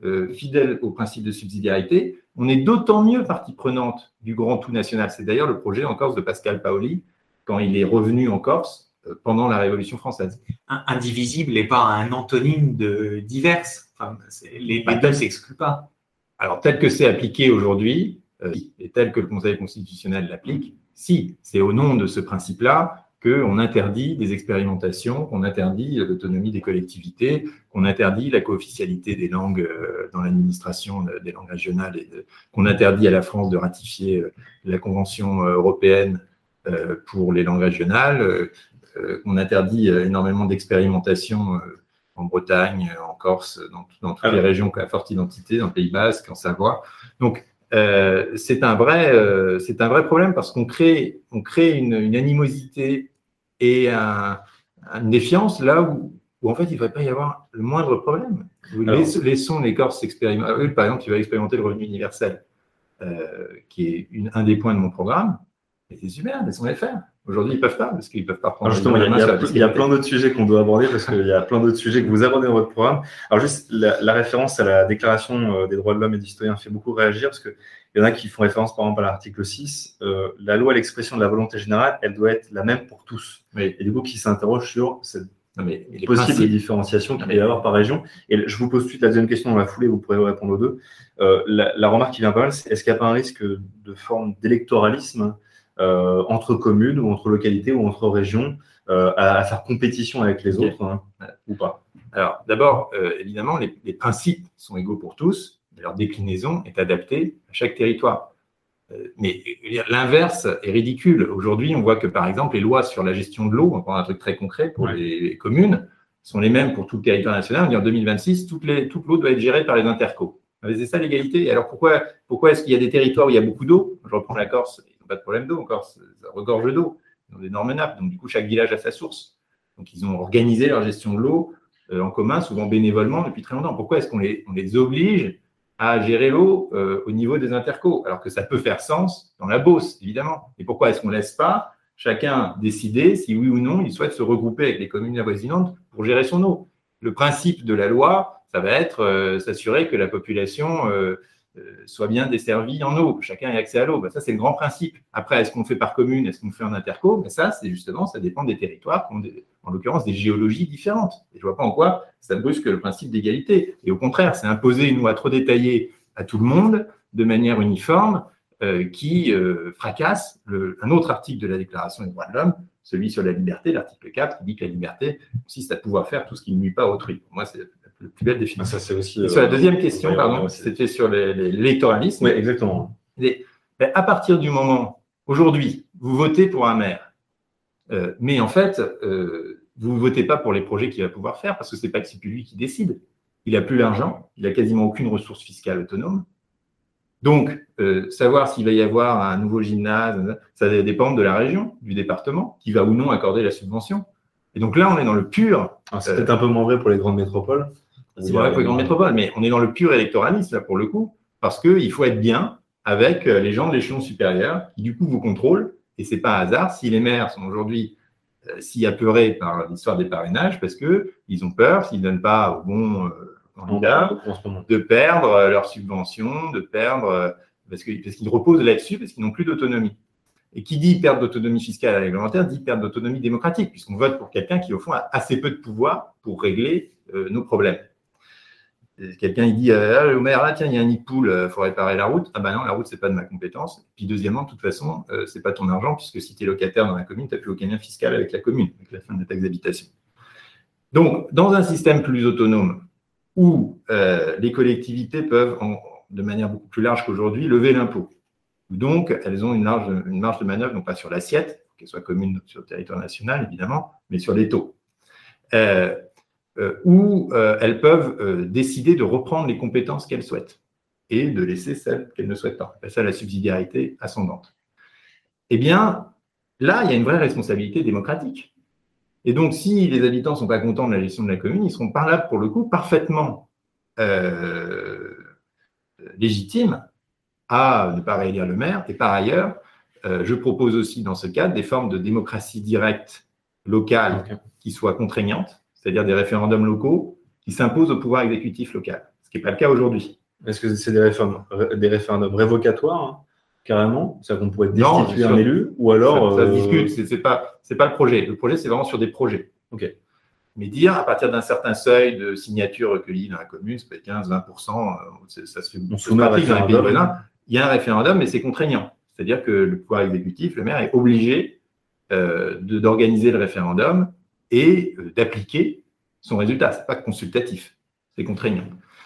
euh, fidèle au principe de subsidiarité, on est d'autant mieux partie prenante du grand tout national. C'est d'ailleurs le projet en Corse de Pascal Paoli, quand il est revenu en Corse euh, pendant la Révolution française. Indivisible n'est pas un antonyme de divers. Enfin, les, les deux ne s'excluent pas. Alors, tel que c'est appliqué aujourd'hui, euh, et tel que le Conseil constitutionnel l'applique, si, c'est au nom de ce principe-là qu'on interdit des expérimentations, qu'on interdit l'autonomie des collectivités, qu'on interdit la co-officialité des langues euh, dans l'administration euh, des langues régionales, et de, qu'on interdit à la France de ratifier euh, la Convention euh, européenne euh, pour les langues régionales, euh, euh, qu'on interdit euh, énormément d'expérimentations euh, en Bretagne, en Corse, dans, dans toutes les régions à forte identité, dans le Pays Basque, en Savoie. Donc, euh, c'est un vrai, euh, c'est un vrai problème parce qu'on crée, on crée une, une animosité et un, une défiance là où, où, en fait, il ne devrait pas y avoir le moindre problème. Alors, laissons les Corses expérimenter. Eux, par exemple, tu vas expérimenter le revenu universel, euh, qui est une, un des points de mon programme. Et c'est super, laissons-les faire. Aujourd'hui, ils ne peuvent pas, parce qu'ils ne peuvent pas prendre… Alors justement, il y, a, il y a plein d'autres sujets qu'on doit aborder, parce qu'il y a plein d'autres sujets que vous abordez dans votre programme. Alors juste, la, la référence à la Déclaration des droits de l'homme et du citoyen fait beaucoup réagir, parce qu'il y en a qui font référence, par exemple, à l'article six. Euh, la loi, l'expression de la volonté générale, elle doit être la même pour tous. Oui. Et du coup, qui s'interroge sur cette non, mais les possible principes. différenciation qu'il peut y avoir par région. Et je vous pose tout de suite la deuxième question dans la foulée, vous pourrez répondre aux deux. Euh, la, la remarque qui vient pas mal, c'est est-ce qu'il n'y a pas un risque de forme d'électoralisme Euh, entre communes ou entre localités ou entre régions euh, à, à faire compétition avec les autres hein, ou pas? Alors, d'abord, euh, évidemment, les, les principes sont égaux pour tous, mais leur déclinaison est adaptée à chaque territoire. Euh, mais l'inverse est ridicule. Aujourd'hui, on voit que, par exemple, les lois sur la gestion de l'eau, on va prendre un truc très concret pour ouais. les, les communes, sont les mêmes pour tout le territoire national. On dit en deux mille vingt-six, toute, les, toute l'eau doit être gérée par les intercos. C'est ça l'égalité. Alors, pourquoi, pourquoi est-ce qu'il y a des territoires où il y a beaucoup d'eau? Je reprends la Corse. Pas de problème d'eau encore, ça regorge d'eau. Ils ont d'énormes nappes, donc du coup, chaque village a sa source. Donc, ils ont organisé leur gestion de l'eau euh, en commun, souvent bénévolement, depuis très longtemps. Pourquoi est-ce qu'on les, on les oblige à gérer l'eau euh, au niveau des intercos, alors que ça peut faire sens dans la Beauce, évidemment. Et pourquoi est-ce qu'on ne laisse pas chacun décider si oui ou non il souhaite se regrouper avec les communes avoisinantes pour gérer son eau? Le principe de la loi, ça va être euh, s'assurer que la population euh, Euh, soit bien desservi en eau, que chacun ait accès à l'eau. Ben, ça, c'est le grand principe. Après, est-ce qu'on fait par commune, est-ce qu'on fait en interco? Ben, ça, c'est justement, ça dépend des territoires, qui ont des, en l'occurrence des géologies différentes. Et je ne vois pas en quoi ça brusque le principe d'égalité. Et au contraire, c'est imposer une loi trop détaillée à tout le monde de manière uniforme euh, qui euh, fracasse le, un autre article de la Déclaration des droits de l'homme, celui sur la liberté, l'article quatre, qui dit que la liberté consiste à pouvoir faire tout ce qui ne nuit pas à autrui. Pour moi, c'est la plus belle définition. Ça, c'est aussi, euh, sur la deuxième question, ouais, pardon, ouais, c'était sur les, les, l'électoralisme. Oui, exactement. Et, ben, à partir du moment, aujourd'hui, vous votez pour un maire, euh, mais en fait, euh, vous ne votez pas pour les projets qu'il va pouvoir faire, parce que ce n'est pas que c'est plus lui qui décide. Il n'a plus l'argent, il n'a quasiment aucune ressource fiscale autonome. Donc, euh, savoir s'il va y avoir un nouveau gymnase, ça va dépendre de la région, du département, qui va ou non accorder la subvention. Et donc là, on est dans le pur… Alors, c'est euh, peut-être un peu moins vrai pour les grandes métropoles. C'est vrai pour les grandes métropoles, mais on est dans le pur électoralisme, là, pour le coup, parce qu'il faut être bien avec les gens de l'échelon supérieur, qui du coup vous contrôlent, et c'est pas un hasard si les maires sont aujourd'hui euh, si apeurés par l'histoire des parrainages, parce qu'ils ont peur, s'ils ne donnent pas au bon euh, candidat, de perdre leurs subventions, de perdre… Euh, parce, que, parce qu'ils reposent là-dessus, parce qu'ils n'ont plus d'autonomie. Et qui dit perte d'autonomie fiscale et réglementaire, dit perte d'autonomie démocratique, puisqu'on vote pour quelqu'un qui, au fond, a assez peu de pouvoir pour régler euh, nos problèmes. Quelqu'un il dit ah, au maire là tiens il y a un nid de poule, il faut réparer la route. Ah ben non, la route c'est pas de ma compétence. Puis deuxièmement, de toute façon euh, c'est pas ton argent, puisque si tu es locataire dans la commune, tu n'as plus aucun lien fiscal avec la commune, avec la fin de la taxe d'habitation. Donc dans un système plus autonome où euh, les collectivités peuvent en, de manière beaucoup plus large qu'aujourd'hui lever l'impôt, donc elles ont une large une marge de manœuvre, non pas sur l'assiette, qu'elle soit commune sur le territoire national évidemment, mais sur les taux. Euh, Euh, où euh, elles peuvent euh, décider de reprendre les compétences qu'elles souhaitent et de laisser celles qu'elles ne souhaitent pas. On appelle ça la subsidiarité ascendante. Eh bien, là, il y a une vraie responsabilité démocratique. Et donc, si les habitants ne sont pas contents de la gestion de la commune, ils seront par là, pour le coup, parfaitement euh, légitimes à ne pas réélire le maire. Et par ailleurs, euh, je propose aussi dans ce cadre des formes de démocratie directe locale okay. qui soient contraignantes, c'est-à-dire des référendums locaux qui s'imposent au pouvoir exécutif local. Ce qui n'est pas le cas aujourd'hui. Est-ce que c'est des référendums, des référendums révocatoires, hein, carrément? C'est-à-dire qu'on pourrait destituer un élu, ou alors… Ça, ça euh... se discute, c'est, c'est pas, c'est pas le projet. Le projet, c'est vraiment sur des projets. Ok. Mais dire, à partir d'un certain seuil de signatures recueillies dans la commune, ça peut être quinze à vingt pour cent, ça se fait On soumet un référendum. Il y a un référendum, mais c'est contraignant. C'est-à-dire que le pouvoir exécutif, le maire, est obligé euh, de, d'organiser le référendum et euh, d'appliquer son résultat. Ce n'est pas consultatif, c'est contraignant.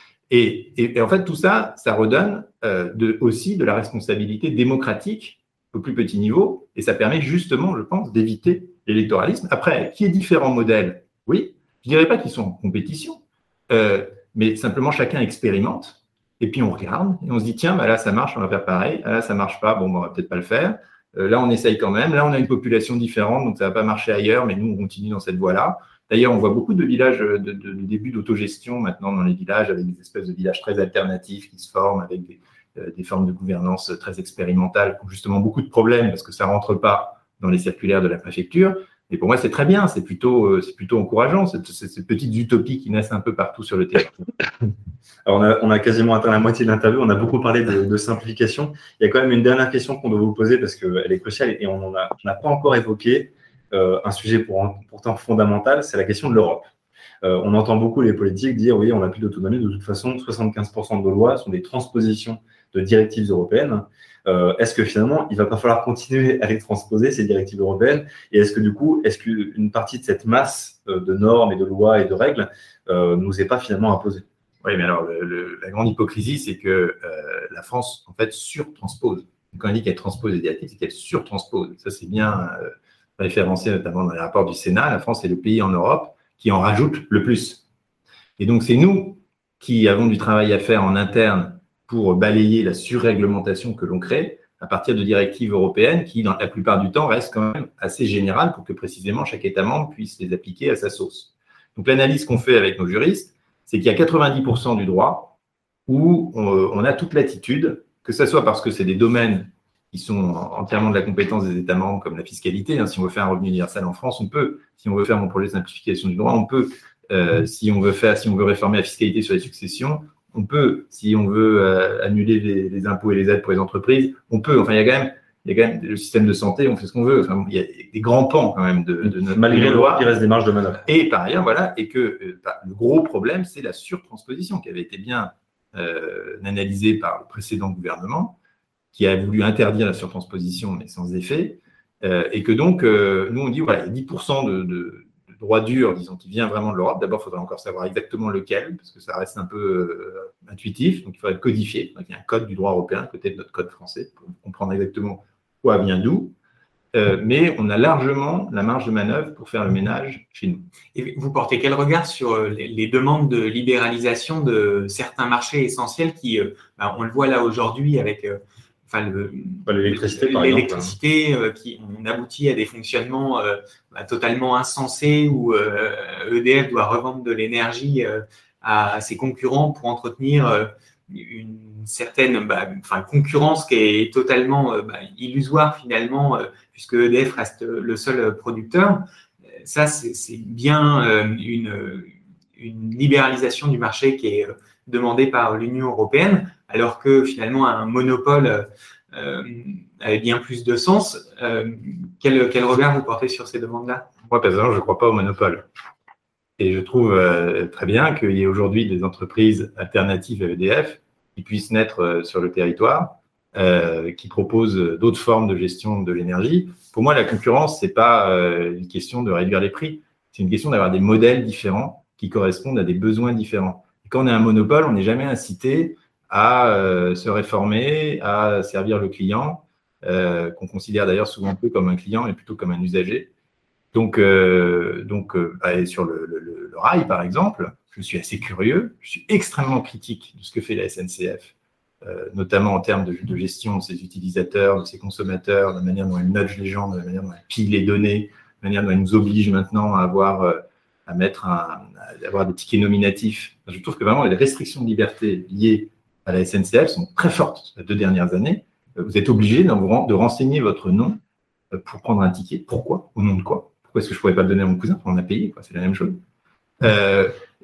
Et, et, et en fait, tout ça, ça redonne euh, de, aussi de la responsabilité démocratique au plus petit niveau, et ça permet justement, je pense, d'éviter l'électoralisme. Après, qu'il y ait différents modèles, oui, je ne dirais pas qu'ils sont en compétition, euh, mais simplement chacun expérimente, et puis on regarde, et on se dit, tiens, bah là, ça marche, on va faire pareil, ah, là, ça ne marche pas, bon, bah, on ne va peut-être pas le faire, euh, là, on essaye quand même, là, on a une population différente, donc ça ne va pas marcher ailleurs, mais nous, on continue dans cette voie-là. D'ailleurs, on voit beaucoup de villages, de, de, de début d'autogestion maintenant dans les villages, avec des espèces de villages très alternatifs qui se forment, avec des, euh, des formes de gouvernance très expérimentales, qui ont justement beaucoup de problèmes parce que ça ne rentre pas dans les circulaires de la préfecture. Et pour moi, c'est très bien, c'est plutôt, euh, c'est plutôt encourageant, c'est, c'est ces petites utopies qui naissent un peu partout sur le terrain. Alors, on a, on a quasiment atteint la moitié de l'interview, on a beaucoup parlé de, de simplification. Il y a quand même une dernière question qu'on doit vous poser parce qu'elle est cruciale et on n'a pas encore évoqué. Euh, un sujet pour, pourtant fondamental, c'est la question de l'Europe. Euh, on entend beaucoup les politiques dire oui, on n'a plus d'autonomie, de toute façon, soixante-quinze pour cent de nos lois sont des transpositions de directives européennes. Euh, est-ce que finalement, il ne va pas falloir continuer à les transposer, ces directives européennes? Et est-ce que du coup, est-ce qu'une partie de cette masse euh, de normes et de lois et de règles euh, nous est pas finalement imposée? Oui, mais alors, le, le, la grande hypocrisie, c'est que euh, la France, en fait, surtranspose. Quand on dit qu'elle transpose les directives, c'est qu'elle surtranspose. Ça, c'est bien… Euh, référencé notamment dans les rapports du Sénat, la France est le pays en Europe qui en rajoute le plus. Et donc, c'est nous qui avons du travail à faire en interne pour balayer la surréglementation que l'on crée à partir de directives européennes qui, dans la plupart du temps, restent quand même assez générales pour que précisément chaque État membre puisse les appliquer à sa sauce. Donc, l'analyse qu'on fait avec nos juristes, c'est qu'il y a quatre-vingt-dix pour cent du droit où on, on a toute latitude, que ce soit parce que c'est des domaines qui sont entièrement de la compétence des États membres, comme la fiscalité. Hein, si on veut faire un revenu universel en France, on peut. Si on veut faire mon projet de simplification du droit, on peut. Euh, si on veut faire, si on veut réformer la fiscalité sur les successions, on peut. Si on veut euh, annuler les, les impôts et les aides pour les entreprises, on peut. Enfin, il y a quand même, il y a quand même le système de santé, on fait ce qu'on veut. Enfin, il y a des grands pans quand même de, de notre malgré le droit, il reste des marges de manœuvre. Et par ailleurs, voilà, et que euh, bah, le gros problème, c'est la surtransposition qui avait été bien euh, analysée par le précédent gouvernement, qui a voulu interdire la surtransposition, mais sans effet, euh, et que donc, euh, nous, on dit, voilà, il y a dix pour cent de, de, de droit dur, disons, qui vient vraiment de l'Europe. D'abord, il faudrait encore savoir exactement lequel, parce que ça reste un peu euh, intuitif, donc il faudrait le codifier. Donc, il y a un code du droit européen à côté de notre code français, pour comprendre exactement quoi vient d'où, euh, mais on a largement la marge de manœuvre pour faire le ménage chez nous. Et vous portez quel regard sur les, les demandes de libéralisation de certains marchés essentiels qui, euh, bah, on le voit là aujourd'hui avec… Euh, Enfin, le, l'électricité, par l'électricité euh, qui on aboutit à des fonctionnements euh, bah, totalement insensés où euh, E D F doit revendre de l'énergie euh, à, à ses concurrents pour entretenir euh, une certaine bah, enfin, concurrence qui est totalement euh, bah, illusoire finalement, euh, puisque E D F reste le seul producteur. Ça, c'est, c'est bien euh, une, une libéralisation du marché qui est euh, demandée par l'Union européenne, alors que finalement un monopole euh, avait bien plus de sens. Euh, quel, quel regard vous portez sur ces demandes-là? Moi, personnellement, je ne crois pas au monopole. Et je trouve euh, très bien qu'il y ait aujourd'hui des entreprises alternatives à E D F qui puissent naître euh, sur le territoire, euh, qui proposent d'autres formes de gestion de l'énergie. Pour moi, la concurrence, ce n'est pas euh, une question de réduire les prix, c'est une question d'avoir des modèles différents qui correspondent à des besoins différents. Et quand on a un monopole, on n'est jamais incité à euh, se réformer, à servir le client, euh, qu'on considère d'ailleurs souvent peu comme un client, mais plutôt comme un usager. Donc, euh, donc euh, bah, sur le, le, le rail, par exemple, je suis assez curieux, je suis extrêmement critique de ce que fait la S N C F, euh, notamment en termes de, de gestion de ses utilisateurs, de ses consommateurs, de la manière dont elle nudge les gens, de la manière dont elle pille les données, de la manière dont elle nous oblige maintenant à avoir… Euh, à mettre un, à avoir des tickets nominatifs. Je trouve que vraiment les restrictions de liberté liées à la S N C F sont très fortes les deux dernières années. Vous êtes obligé de renseigner votre nom pour prendre un ticket. Pourquoi? Au nom de quoi? Pourquoi est-ce que je ne pourrais pas le donner à mon cousin pour en a payé? C'est la même chose. Euh,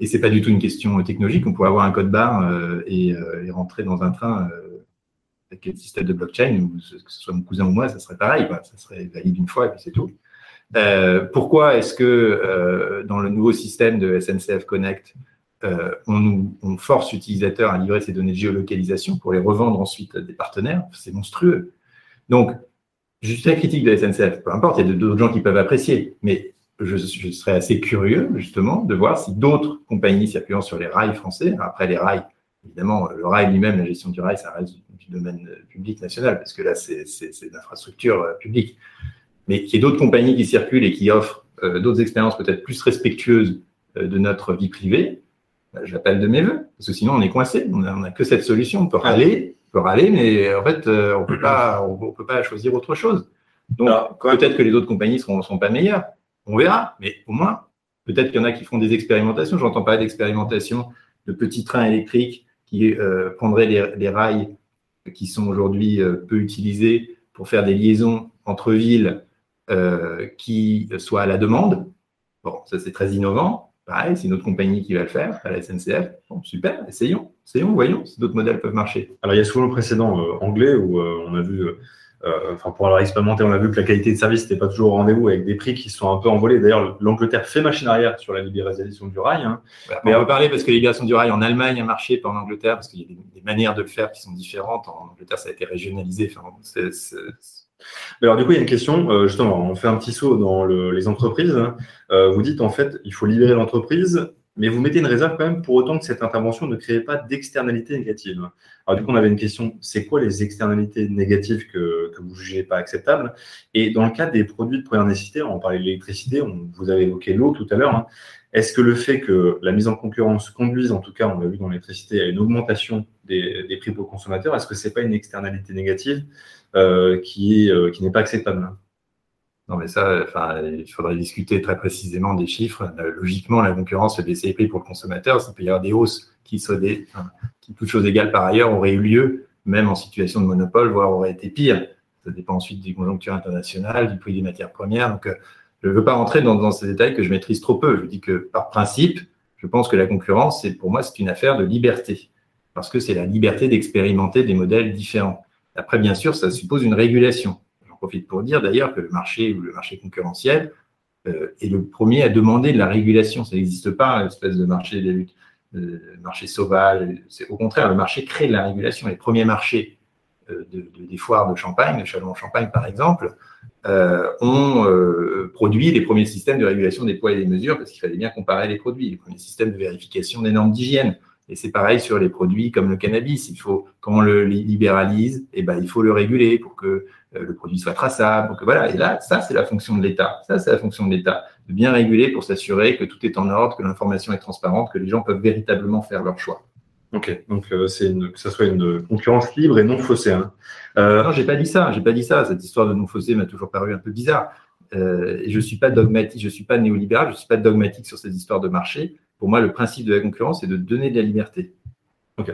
Et c'est pas du tout une question technologique. On pourrait avoir un code barre euh, et, euh, et rentrer dans un train euh, avec un système de blockchain, ou que ce soit mon cousin ou moi, ça serait pareil, quoi. Ça serait valide une fois et puis c'est tout. Euh, pourquoi est-ce que euh, dans le nouveau système de S N C F Connect, euh, on, nous, on force l'utilisateur à livrer ses données de géolocalisation pour les revendre ensuite à des partenaires? C'est monstrueux. Donc, juste la critique de la S N C F, peu importe, il y a d'autres gens qui peuvent apprécier, mais je, je serais assez curieux, justement, de voir si d'autres compagnies circulant sur les rails français, après les rails, évidemment, le rail lui-même, la gestion du rail, ça reste du domaine public national, parce que là, c'est, c'est, c'est l'infrastructure publique, mais qu'il y ait d'autres compagnies qui circulent et qui offrent euh, d'autres expériences peut-être plus respectueuses euh, de notre vie privée, bah, j'appelle de mes voeux, parce que sinon, on est coincé, on n'a que cette solution, on peut râler, on peut râler, mais en fait, euh, on peut pas, on, on peut pas choisir autre chose. Donc, alors, peut-être que les autres compagnies seront, seront pas meilleures. On verra, mais au moins, peut-être qu'il y en a qui font des expérimentations. J'entends parler d'expérimentation de petits trains électriques qui euh, prendraient les, les rails qui sont aujourd'hui euh, peu utilisés pour faire des liaisons entre villes euh, qui soient à la demande. Bon, ça c'est très innovant. Pareil, c'est une autre compagnie qui va le faire, à la S N C F. Bon, super, essayons, essayons, voyons si d'autres modèles peuvent marcher. Alors, il y a souvent le précédent euh, anglais où euh, on a vu... Euh... Euh, enfin, pour avoir expérimenté, on a vu que la qualité de service n'était pas toujours au rendez-vous avec des prix qui sont un peu envolés. D'ailleurs, l'Angleterre fait machine arrière sur la libéralisation du rail. Hein. Voilà, mais on peut parler parce que la libération du rail en Allemagne a marché, pas en Angleterre, parce qu'il y a des, des manières de le faire qui sont différentes. En Angleterre, ça a été régionalisé. Enfin, c'est, c'est... Mais alors, du coup, il y a une question. Euh, justement, on fait un petit saut dans le, les entreprises. Euh, vous dites, en fait, il faut libérer l'entreprise, mais vous mettez une réserve quand même pour autant que cette intervention ne crée pas d'externalités négatives. Alors du coup, on avait une question, c'est quoi les externalités négatives que, que vous jugez pas acceptables? Et dans le cas des produits de première nécessité, on parlait de l'électricité, on, vous avez évoqué l'eau tout à l'heure, hein. Est-ce que le fait que la mise en concurrence conduise, en tout cas, on l'a vu dans l'électricité, à une augmentation des, des prix pour le consommateur, est-ce que c'est pas une externalité négative euh, qui, est, euh, qui n'est pas acceptable? Non, mais ça, enfin, il faudrait discuter très précisément des chiffres. Logiquement, la concurrence fait baisser les prix pour le consommateur. Ça peut y avoir des hausses qui, soient des, enfin, qui, toutes choses égales par ailleurs, auraient eu lieu, même en situation de monopole, voire auraient été pires. Ça dépend ensuite des conjonctures internationales, du prix des matières premières. Donc, euh, je ne veux pas rentrer dans, dans ces détails que je maîtrise trop peu. Je dis que, par principe, je pense que la concurrence, c'est, pour moi, c'est une affaire de liberté. Parce que c'est la liberté d'expérimenter des modèles différents. Après, bien sûr, ça suppose une régulation. Profite pour dire d'ailleurs que le marché ou le marché concurrentiel euh, est le premier à demander de la régulation. Ça n'existe pas, une espèce de marché, de, de marché sauvage. C'est, au contraire, le marché crée de la régulation. Les premiers marchés euh, de, de, des foires de Champagne, de Châlons-en-Champagne par exemple, euh, ont euh, produit les premiers systèmes de régulation des poids et des mesures parce qu'il fallait bien comparer les produits, les premiers systèmes de vérification des normes d'hygiène. Et c'est pareil sur les produits comme le cannabis. Il faut, quand on le libéralise, eh ben, il faut le réguler pour que euh, le produit soit traçable. Donc voilà. Et là, ça, c'est la fonction de l'État. Ça, c'est la fonction de l'État. De bien réguler pour s'assurer que tout est en ordre, que l'information est transparente, que les gens peuvent véritablement faire leur choix. Ok. Donc, euh, c'est une, que ça soit une concurrence libre et non faussée. Hein. Euh... Non, j'ai pas dit ça. J'ai pas dit ça. Cette histoire de non faussée m'a toujours paru un peu bizarre. Euh, et je suis pas dogmatique. Je suis pas néolibéral. Je suis pas dogmatique sur ces histoires de marché. Pour moi, le principe de la concurrence, c'est de donner de la liberté. Ok.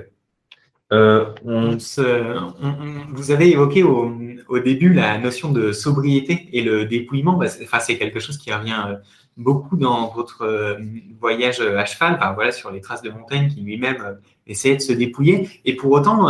Euh, on... On se, on, on, vous avez évoqué au, au début la notion de sobriété et le dépouillement. Enfin, c'est quelque chose qui revient beaucoup dans votre voyage à cheval, enfin, voilà, sur les traces de Montaigne, qui lui-même essayait de se dépouiller. Et pour autant,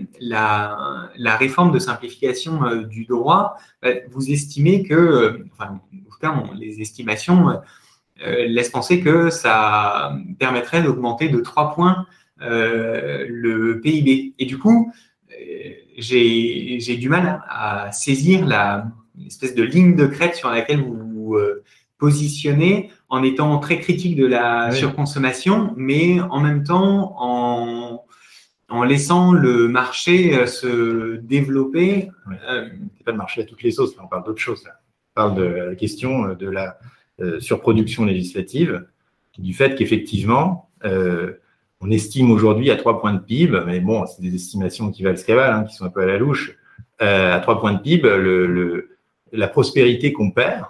la, la réforme de simplification du droit, vous estimez que, enfin, en tout cas, les estimations Euh, laisse penser que ça permettrait d'augmenter de trois points euh, le P I B. Et du coup, euh, j'ai, j'ai du mal à, à saisir la espèce de ligne de crête sur laquelle vous vous euh, positionnez en étant très critique de la oui. surconsommation, mais en même temps en, en laissant le marché euh, se développer. Oui. Euh, c'est pas le marché à toutes les sauces, là, on parle d'autre chose. Là. On parle de la question de la Euh, surproduction législative, du fait qu'effectivement, euh, on estime aujourd'hui à trois points de P I B, mais bon, c'est des estimations qui valent ce qu'elles valent, hein, qui sont un peu à la louche, euh, à trois points de P I B, le, le, la prospérité qu'on perd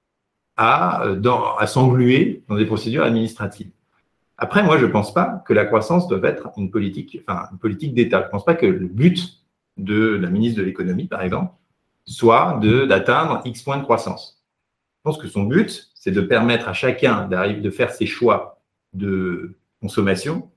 à, dans, à s'engluer dans des procédures administratives. Après, moi, je ne pense pas que la croissance doit être une politique, enfin, une politique d'État. Je ne pense pas que le but de la ministre de l'économie, par exemple, soit de, d'atteindre X points de croissance. Je pense que son but, c'est de permettre à chacun d'arriver, de faire ses choix de consommation,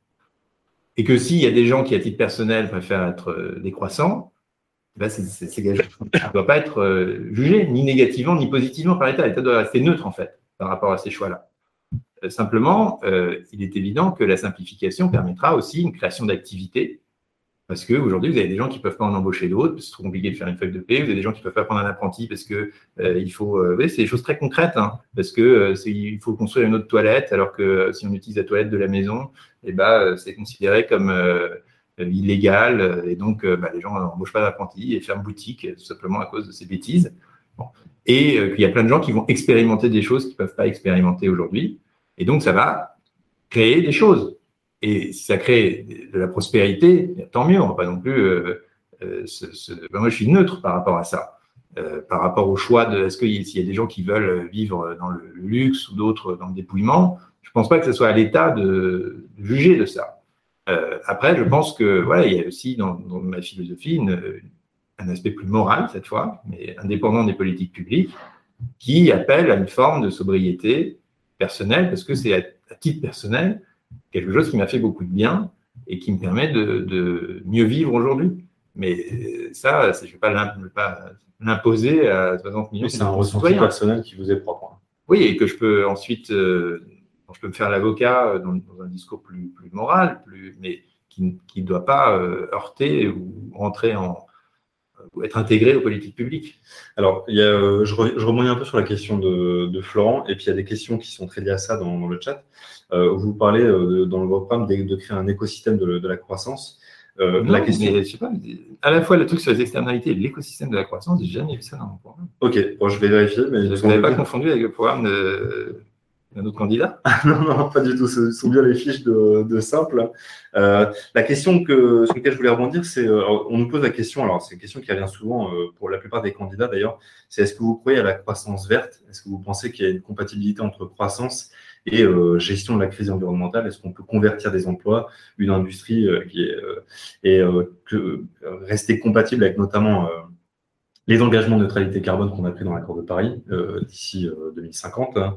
et que s'il y a des gens qui, à titre personnel, préfèrent être décroissants, ben c'est, c'est, c'est quelque chose qui ne doit pas être euh, jugé, ni négativement, ni positivement par l'État. L'État doit rester neutre, en fait, par rapport à ces choix-là. Euh, simplement, euh, il est évident que la simplification permettra aussi une création d'activités, parce qu'aujourd'hui, vous avez des gens qui ne peuvent pas en embaucher d'autres, parce que c'est trop compliqué de faire une feuille de paie, vous avez des gens qui ne peuvent pas prendre un apprenti, parce que euh, il faut… Euh, oui, c'est des choses très concrètes, hein, parce que euh, c'est, il faut construire une autre toilette, alors que euh, si on utilise la toilette de la maison, eh ben, euh, c'est considéré comme… Euh, illégal, et donc euh, bah, les gens n'embauchent pas d'apprentis et ferment boutique tout simplement à cause de ces bêtises. Bon. Et euh, il y a plein de gens qui vont expérimenter des choses qu'ils ne peuvent pas expérimenter aujourd'hui, et donc ça va créer des choses. Et si ça crée de la prospérité, tant mieux, on ne va pas non plus… Euh, euh, ce, ce... Ben, moi, je suis neutre par rapport à ça, euh, par rapport au choix de… Est-ce qu'il y a des gens qui veulent vivre dans le, le luxe ou d'autres dans le dépouillement? Je ne pense pas que ce soit à l'État de, de juger de ça. Euh, après, je pense que voilà, il y a aussi dans, dans ma philosophie une, un aspect plus moral cette fois, mais indépendant des politiques publiques, qui appelle à une forme de sobriété personnelle, parce que c'est à, à titre personnel quelque chose qui m'a fait beaucoup de bien et qui me permet de, de mieux vivre aujourd'hui. Mais ça, je ne vais pas l'imposer à soixante millions de citoyens. C'est un ressenti personnel qui vous est propre. Oui, et que je peux ensuite… Euh, je peux me faire l'avocat dans, dans un discours plus, plus moral, plus, mais qui ne doit pas euh, heurter ou rentrer en, ou être intégré aux politiques publiques. Alors, il y a, euh, je, re, je rebondis un peu sur la question de, de Florent, et puis il y a des questions qui sont très liées à ça dans, dans le chat. Euh, vous parlez euh, de, dans le programme de, de créer un écosystème de, de la croissance. Euh, non, la question... mais, je sais pas, à la fois le truc sur les externalités et l'écosystème de la croissance, j'ai jamais vu ça dans mon programme. Ok, bon, je vais vérifier. Mais vous n'avez pas confondu avec le programme de… Un autre candidat? Non, non, pas du tout. Ce sont bien les fiches de, de simple. Euh, la question que, sur laquelle je voulais rebondir, c'est, euh, on nous pose la question, alors c'est une question qui revient souvent euh, pour la plupart des candidats d'ailleurs, c'est est-ce que vous croyez à la croissance verte? Est-ce que vous pensez qu'il y a une compatibilité entre croissance et euh, gestion de la crise environnementale? Est-ce qu'on peut convertir des emplois, une industrie euh, qui est, euh, et euh, que, rester compatible avec notamment… Euh, les engagements de neutralité carbone qu'on a pris dans l'accord de Paris euh, d'ici euh, deux mille cinquante. Hein,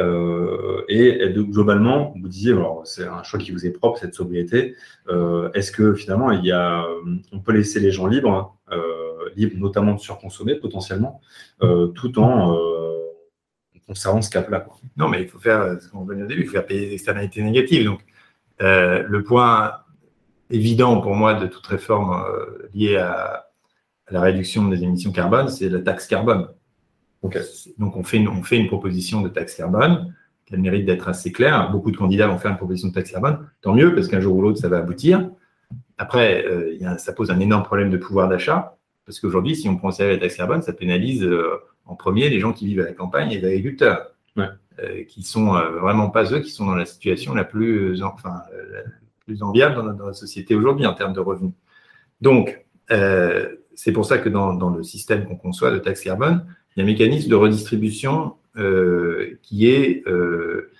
euh, et, et de, globalement, vous disiez, alors c'est un choix qui vous est propre, cette sobriété. Euh, est-ce que finalement, il y a, on peut laisser les gens libres, euh, libres notamment de surconsommer potentiellement, euh, tout en euh, conservant ce cap-là, quoi. Non, mais il faut faire ce qu'on venait au début, il faut faire payer les externalités négatives. Donc, euh, le point évident pour moi de toute réforme euh, liée à la réduction des émissions carbone, c'est la taxe carbone. Okay. Donc, on fait, une, on fait une proposition de taxe carbone qui a le mérite d'être assez claire. Beaucoup de candidats vont faire une proposition de taxe carbone. Tant mieux, parce qu'un jour ou l'autre, ça va aboutir. Après, euh, y a, ça pose un énorme problème de pouvoir d'achat, parce qu'aujourd'hui, si on prend en sérieux la taxe carbone, ça pénalise euh, en premier les gens qui vivent à la campagne et les agriculteurs, ouais. euh, qui ne sont euh, vraiment pas eux qui sont dans la situation la plus, enfin, la plus enviable dans, dans la société aujourd'hui en termes de revenus. Donc, euh, c'est pour ça que dans, dans le système qu'on conçoit de taxe carbone, il y a un mécanisme de redistribution euh, qui est euh,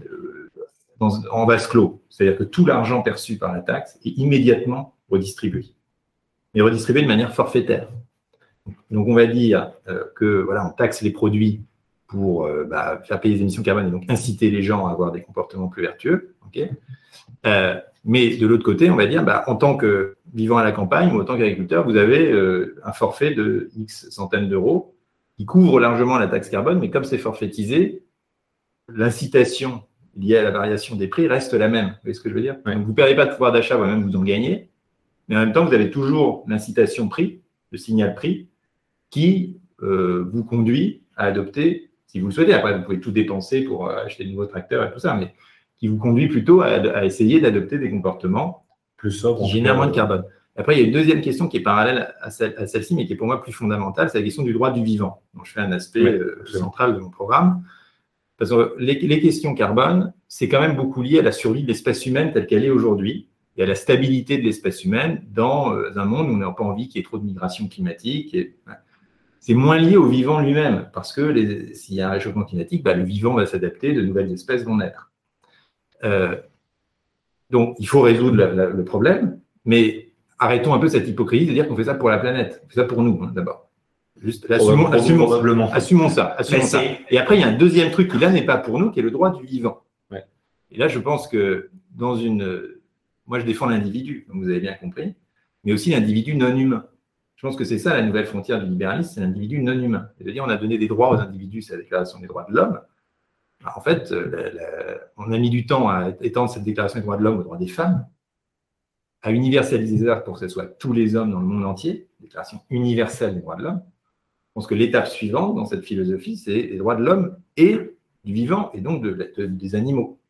dans, en vase clos. C'est-à-dire que tout l'argent perçu par la taxe est immédiatement redistribué, mais redistribué de manière forfaitaire. Donc, on va dire euh, que voilà, on taxe les produits pour euh, bah, faire payer les émissions carbone et donc inciter les gens à avoir des comportements plus vertueux. Okay euh, mais de l'autre côté, on va dire, bah, en tant que vivant à la campagne ou en tant qu'agriculteur, vous avez euh, un forfait de X centaines d'euros qui couvre largement la taxe carbone, mais comme c'est forfaitisé, l'incitation liée à la variation des prix reste la même. Vous voyez ce que je veux dire? Ouais. Donc, vous ne perdez pas de pouvoir d'achat, vous-même vous en gagnez, mais en même temps, vous avez toujours l'incitation prix, le signal prix, qui euh, vous conduit à adopter, si vous le souhaitez, après vous pouvez tout dépenser pour acheter de nouveaux tracteurs et tout ça, mais qui vous conduit plutôt à, à essayer d'adopter des comportements plus sobres, qui génèrent moins de carbone. Après, il y a une deuxième question qui est parallèle à, celle, à celle-ci, mais qui est pour moi plus fondamentale, c'est la question du droit du vivant. Donc, je fais un aspect oui, euh, central de mon programme. Parce que les, les questions carbone, c'est quand même beaucoup lié à la survie de l'espèce humaine telle qu'elle est aujourd'hui et à la stabilité de l'espèce humaine dans euh, un monde où on n'a pas envie qu'il y ait trop de migration climatique. Et, ouais. C'est moins lié au vivant lui-même, parce que les, s'il y a un réchauffement climatique, bah, le vivant va s'adapter, de nouvelles espèces vont naître. Euh, donc, il faut résoudre la, la, le problème, mais arrêtons un peu cette hypocrisie de dire qu'on fait ça pour la planète. On fait ça pour nous, hein, d'abord. Juste, assumons, assumons, assumons ça. Assumons ça. Et après, il y a un deuxième truc qui, là, n'est pas pour nous, qui est le droit du vivant. Ouais. Et là, je pense que dans une… Moi, je défends l'individu, comme vous avez bien compris, mais aussi l'individu non humain. Je pense que c'est ça la nouvelle frontière du libéralisme, c'est l'individu non humain. C'est-à-dire, on a donné des droits aux individus, c'est la Déclaration des droits de l'homme. En fait, la, la, on a mis du temps à étendre cette Déclaration des droits de l'homme aux droits des femmes, à universaliser ça pour que ce soit tous les hommes dans le monde entier, Déclaration universelle des droits de l'homme. Je pense que l'étape suivante dans cette philosophie, c'est les droits de l'homme et du vivant, et donc de, de, des animaux.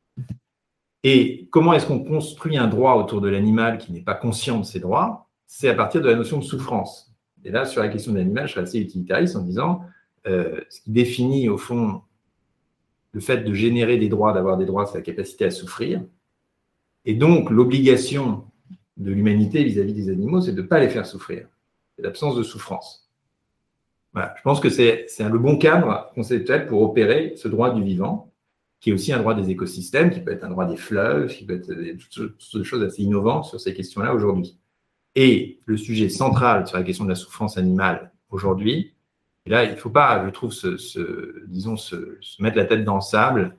Et comment est-ce qu'on construit un droit autour de l'animal qui n'est pas conscient de ses droits? C'est à partir de la notion de souffrance. Et là, sur la question de l'animal, je serais assez utilitariste en disant euh, ce qui définit, au fond, le fait de générer des droits, d'avoir des droits, c'est la capacité à souffrir. Et donc, l'obligation de l'humanité vis-à-vis des animaux, c'est de ne pas les faire souffrir. C'est l'absence de souffrance. Voilà. Je pense que c'est, c'est le bon cadre conceptuel pour opérer ce droit du vivant, qui est aussi un droit des écosystèmes, qui peut être un droit des fleuves, qui peut être des, toutes sortes de choses assez innovantes sur ces questions-là aujourd'hui. Et le sujet central sur la question de la souffrance animale aujourd'hui, et là, il ne faut pas, je trouve, se, se, disons, se, se mettre la tête dans le sable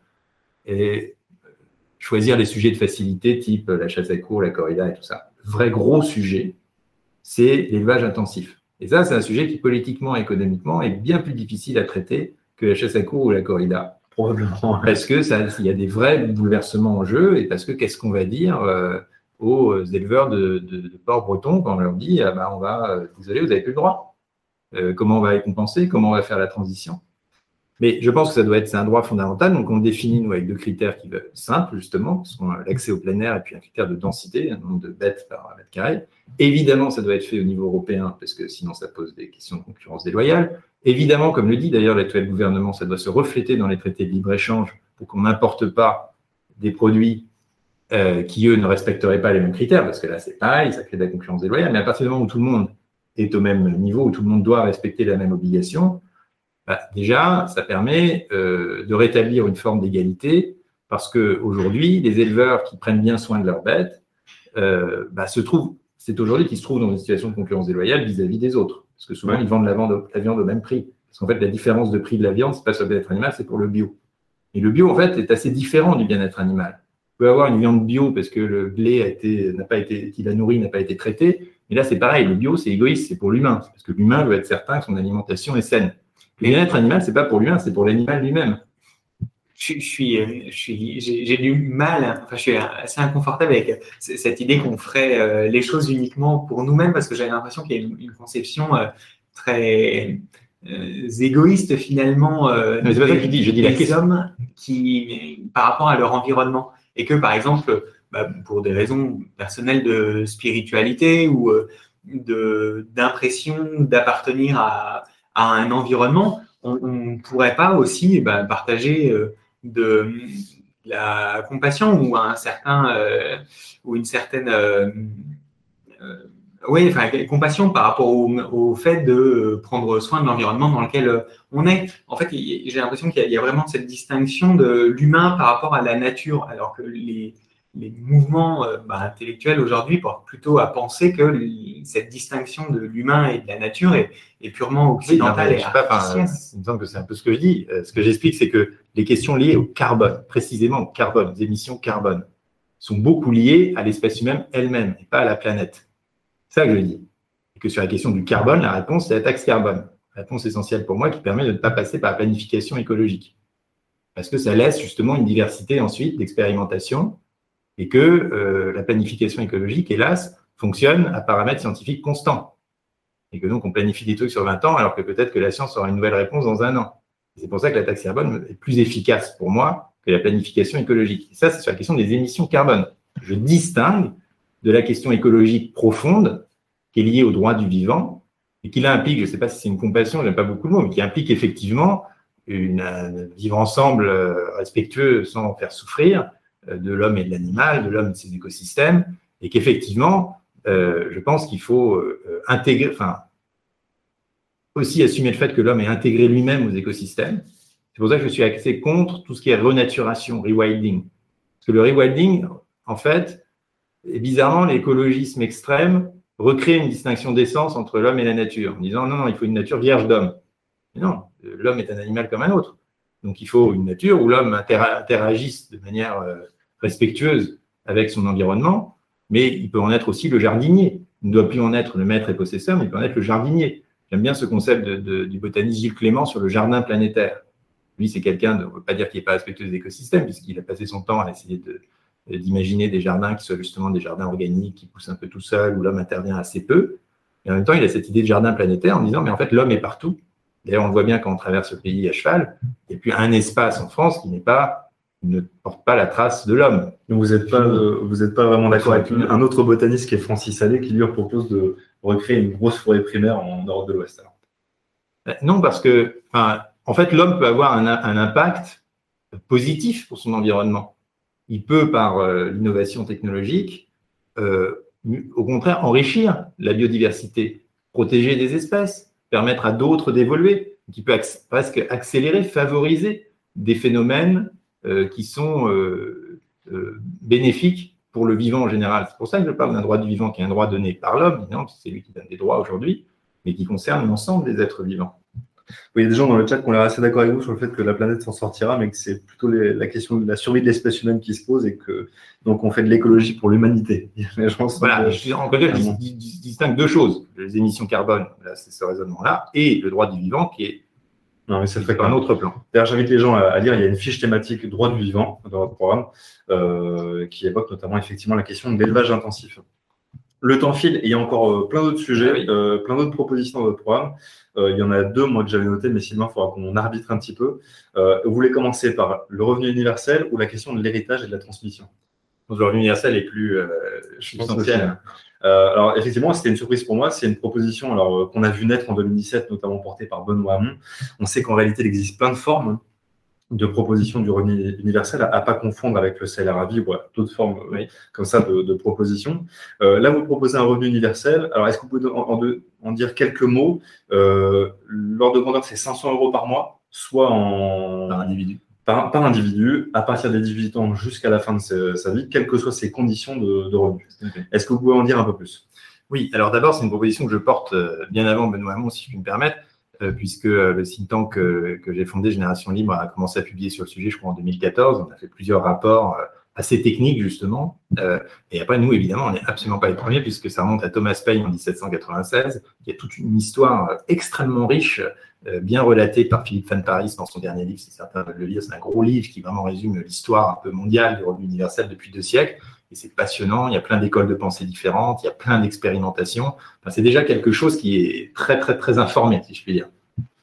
et choisir les sujets de facilité, type la chasse à courre, la corrida et tout ça. Le vrai gros sujet, c'est l'élevage intensif. Et ça, c'est un sujet qui, politiquement et économiquement, est bien plus difficile à traiter que la chasse à courre ou la corrida. Probablement. Parce que ça, il y a des vrais bouleversements en jeu, et parce que qu'est-ce qu'on va dire euh, aux éleveurs de, de, de porcs bretons quand on leur dit ah ben on va, euh, désolé, vous n'avez plus le droit. Euh, comment on va les compenser? Comment on va faire la transition? Mais je pense que ça doit être, c'est un droit fondamental, donc on le définit nous avec deux critères qui veulent simples justement, qui sont l'accès au plein air et puis un critère de densité, un nombre de bêtes par mètre carré. Évidemment, ça doit être fait au niveau européen, parce que sinon ça pose des questions de concurrence déloyale. Évidemment, comme le dit d'ailleurs l'actuel gouvernement, ça doit se refléter dans les traités de libre-échange pour qu'on n'importe pas des produits euh, qui, eux, ne respecteraient pas les mêmes critères, parce que là, c'est pareil, ça crée de la concurrence déloyale. Mais à partir du moment où tout le monde est au même niveau, où tout le monde doit respecter la même obligation, bah, déjà, ça permet euh, de rétablir une forme d'égalité, parce qu'aujourd'hui, les éleveurs qui prennent bien soin de leurs bêtes, euh, bah, se trouvent, c'est aujourd'hui qu'ils se trouvent dans une situation de concurrence déloyale vis-à-vis des autres. Parce que souvent, ils vendent la viande, la viande au même prix. Parce qu'en fait, la différence de prix de la viande, c'est pas sur le bien-être animal, c'est pour le bio. Et le bio, en fait, est assez différent du bien-être animal. Vous pouvez avoir une viande bio parce que le blé a été, n'a pas été, qui la nourrit n'a pas été traité. Mais là, c'est pareil. Le bio, c'est égoïste, c'est pour l'humain. Parce que l'humain veut être certain que son alimentation est saine. Le bien-être animal, c'est pas pour l'humain, c'est pour l'animal lui-même. Je, je suis, je suis, j'ai, j'ai du mal, enfin, je suis assez inconfortable avec cette idée qu'on ferait euh, les choses uniquement pour nous-mêmes, parce que j'ai l'impression qu'il y a une, une conception euh, très euh, égoïste finalement euh, Mais c'est pas ça que je dis, je dis la des hommes qui, par rapport à leur environnement, et que par exemple, bah, pour des raisons personnelles de spiritualité ou euh, de d'impression d'appartenir à, à un environnement, on ne pourrait pas aussi bah, partager euh, de la compassion ou un certain euh, ou une certaine euh, euh, oui, enfin compassion par rapport au, au fait de prendre soin de l'environnement dans lequel on est. En fait, j'ai l'impression qu'il y a, il y a vraiment cette distinction de l'humain par rapport à la nature, alors que les les mouvements euh, bah, intellectuels aujourd'hui portent plutôt à penser que cette distinction de l'humain et de la nature est, est purement occidentale. Oui, non, et artificielle. Il me semble que c'est un peu ce que je dis. Euh, ce que j'explique, c'est que les questions liées au carbone, précisément au carbone, aux émissions carbone, sont beaucoup liées à l'espèce humaine elle-même et pas à la planète. C'est ça que je dis. Et que sur la question du carbone, la réponse, c'est la taxe carbone. La réponse essentielle pour moi qui permet de ne pas passer par la planification écologique. Parce que ça laisse justement une diversité ensuite d'expérimentation et que euh, la planification écologique, hélas, fonctionne à paramètres scientifiques constants. Et que donc, on planifie des trucs sur vingt ans, alors que peut-être que la science aura une nouvelle réponse dans un an. Et c'est pour ça que la taxe carbone est plus efficace pour moi que la planification écologique. Et ça, c'est sur la question des émissions carbone. Je distingue de la question écologique profonde qui est liée au droit du vivant et qui l'implique, je ne sais pas si c'est une compassion, je n'aime pas beaucoup le mot, mais qui implique effectivement une, un vivre ensemble respectueux sans faire souffrir, de l'homme et de l'animal, de l'homme et de ses écosystèmes, et qu'effectivement, euh, je pense qu'il faut euh, intégrer, enfin, aussi assumer le fait que l'homme est intégré lui-même aux écosystèmes. C'est pour ça que je suis assez contre tout ce qui est renaturation, rewilding. Parce que le rewilding, en fait, et bizarrement, l'écologisme extrême recrée une distinction d'essence entre l'homme et la nature, en disant non, non, il faut une nature vierge d'homme. Mais non, l'homme est un animal comme un autre. Donc, il faut une nature où l'homme interagisse de manière euh, respectueuse avec son environnement, mais il peut en être aussi le jardinier. Il ne doit plus en être le maître et possesseur, mais il peut en être le jardinier. J'aime bien ce concept de, de, du botaniste Gilles Clément sur le jardin planétaire. Lui, c'est quelqu'un, de, on ne veut pas dire qu'il n'est pas respectueux des écosystèmes, puisqu'il a passé son temps à essayer de, d'imaginer des jardins qui soient justement des jardins organiques, qui poussent un peu tout seul, où l'homme intervient assez peu. Et en même temps, il a cette idée de jardin planétaire en disant, mais en fait, l'homme est partout. D'ailleurs, on le voit bien quand on traverse le pays à cheval, il n'y a plus un espace en France qui n'est pas, ne porte pas la trace de l'homme. Donc, vous n'êtes pas, euh, vous êtes pas vraiment d'accord avec un autre botaniste qui est Francis Allais, qui lui propose de recréer une grosse forêt primaire en Europe de l'Ouest. Non, parce que, enfin, en fait, l'homme peut avoir un, un impact positif pour son environnement. Il peut, par euh, l'innovation technologique, euh, au contraire, enrichir la biodiversité, protéger des espèces, permettre à d'autres d'évoluer, qui peut ac- presque accélérer, favoriser des phénomènes euh, qui sont euh, euh, bénéfiques pour le vivant en général. C'est pour ça que je parle d'un droit du vivant qui est un droit donné par l'homme, non, c'est lui qui donne des droits aujourd'hui, mais qui concerne l'ensemble des êtres vivants. Oui, il y a des gens dans le chat qui ont l'air assez d'accord avec vous sur le fait que la planète s'en sortira, mais que c'est plutôt les, la question de la survie de l'espèce humaine qui se pose et que donc on fait de l'écologie pour l'humanité. Les gens sont voilà, de... je suis en fait, je dis, dis, dis, distingue deux choses, les émissions carbone, là, c'est ce raisonnement-là, et le droit du vivant qui est non, mais c'est sur un autre plan. D'ailleurs, j'invite les gens à, à lire, il y a une fiche thématique droit du vivant dans votre programme euh, qui évoque notamment effectivement la question de l'élevage intensif. Le temps file et il y a encore euh, plein d'autres sujets, ah oui. euh, plein d'autres propositions dans votre programme. Euh, il y en a deux, moi, que j'avais noté, mais Sylvain, il faudra qu'on arbitre un petit peu. Euh, vous voulez commencer par le revenu universel ou la question de l'héritage et de la transmission? Donc, le revenu universel est plus euh, essentiel. Euh, alors, effectivement, c'était une surprise pour moi. C'est une proposition alors, euh, qu'on a vu naître en deux mille dix-sept, notamment portée par Benoît Hamon. On sait qu'en réalité, il existe plein de formes de proposition du revenu universel, à ne pas confondre avec le salaire à vie ou d'autres formes oui, comme ça de, de propositions. Euh, là, vous proposez un revenu universel. Alors, est-ce que vous pouvez en, en, en dire quelques mots? euh, L'ordre de grandeur, c'est cinq cents euros par mois, soit en... Par individu. Par, par individu, à partir des dix-huit ans jusqu'à la fin de sa, sa vie, quelles que soient ses conditions de, de revenus. Okay. Est-ce que vous pouvez en dire un peu plus? Oui, alors d'abord, c'est une proposition que je porte bien avant Benoît Hamon, si je puis me permettre, puisque le think tank que, que j'ai fondé, Génération Libre, a commencé à publier sur le sujet, je crois, en deux mille quatorze. On a fait plusieurs rapports assez techniques, justement. Et après, nous, évidemment, on n'est absolument pas les premiers, puisque ça remonte à Thomas Paine en dix-sept cent quatre-vingt-seize. Il y a toute une histoire extrêmement riche, bien relatée par Philippe Van Parijs dans son dernier livre, si certains veulent le lire. C'est un gros livre qui vraiment résume l'histoire un peu mondiale du revenu universel depuis deux siècles. Et c'est passionnant, il y a plein d'écoles de pensée différentes, il y a plein d'expérimentations. Enfin, c'est déjà quelque chose qui est très, très, très informé, si je puis dire.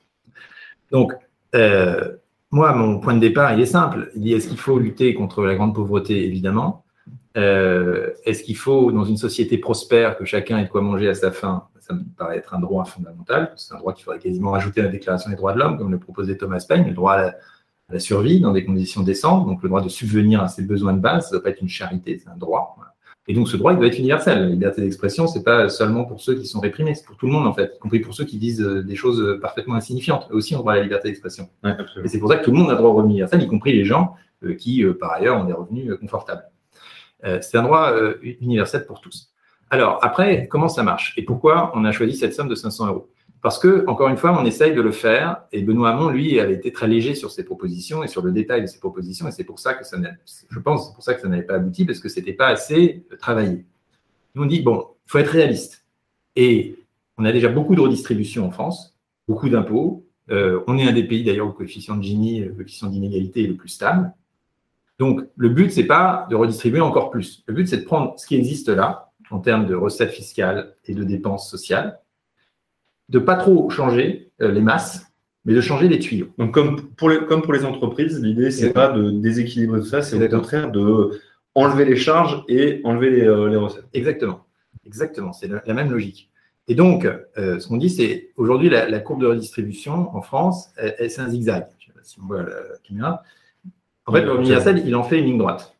Donc, euh, moi, mon point de départ, il est simple. Il dit, est-ce qu'il faut lutter contre la grande pauvreté? Évidemment. Euh, est-ce qu'il faut, dans une société prospère, que chacun ait de quoi manger à sa faim? Ça me paraît être un droit fondamental. C'est un droit qu'il faudrait quasiment rajouter à la Déclaration des droits de l'homme, comme le proposait Thomas Paine, le droit à la, à la survie dans des conditions décentes, donc le droit de subvenir à ses besoins de base. Ça ne doit pas être une charité, c'est un droit. Voilà. Et donc, ce droit, il doit être universel. La liberté d'expression, ce n'est pas seulement pour ceux qui sont réprimés, c'est pour tout le monde, en fait, y compris pour ceux qui disent des choses parfaitement insignifiantes. Eux aussi ont droit à la liberté d'expression. Ouais, et c'est pour ça que tout le monde a droit au revenu universel, y compris les gens euh, qui, euh, par ailleurs, ont des revenus euh, confortables. Euh, c'est un droit euh, universel pour tous. Alors, après, comment ça marche? Et pourquoi on a choisi cette somme de cinq cents euros? Parce que, encore une fois, on essaye de le faire, et Benoît Hamon, lui, avait été très léger sur ses propositions et sur le détail de ses propositions, et c'est pour ça que ça n'a, je pense, c'est pour ça que ça n'avait pas abouti, parce que c'était pas assez travaillé. Nous, on dit, bon, il faut être réaliste. Et on a déjà beaucoup de redistribution en France, beaucoup d'impôts. Euh, on est un des pays, d'ailleurs, où le coefficient de Gini, le coefficient d'inégalité est le plus stable. Donc, le but, c'est pas de redistribuer encore plus. Le but, c'est de prendre ce qui existe là, en termes de recettes fiscales et de dépenses sociales, de pas trop changer euh, les masses, mais de changer les tuyaux. Donc, comme pour les, comme pour les entreprises, l'idée, c'est pas de déséquilibrer tout ça, c'est au contraire de enlever les charges et enlever les, euh, les recettes. Exactement. Exactement. C'est la, la même logique. Et donc, euh, ce qu'on dit, c'est aujourd'hui, la, la courbe de redistribution en France, elle, elle, c'est un zigzag. Je sais pas si on voit la, la caméra. En fait, le revenu universel, il en fait une ligne droite.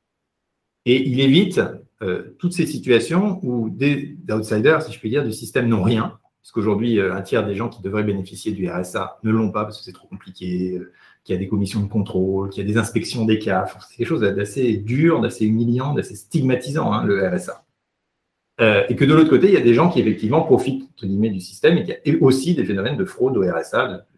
Et il évite euh, toutes ces situations où des, des outsiders, si je puis dire, du système n'ont rien. Parce qu'aujourd'hui, un tiers des gens qui devraient bénéficier du R S A ne l'ont pas parce que c'est trop compliqué, qu'il y a des commissions de contrôle, qu'il y a des inspections des C A F. C'est quelque chose d'assez dur, d'assez humiliant, d'assez stigmatisant, hein, le R S A. Euh, et que de l'autre côté, il y a des gens qui, effectivement, profitent, entre guillemets, du système et qu'il y a aussi des phénomènes de fraude au R S A,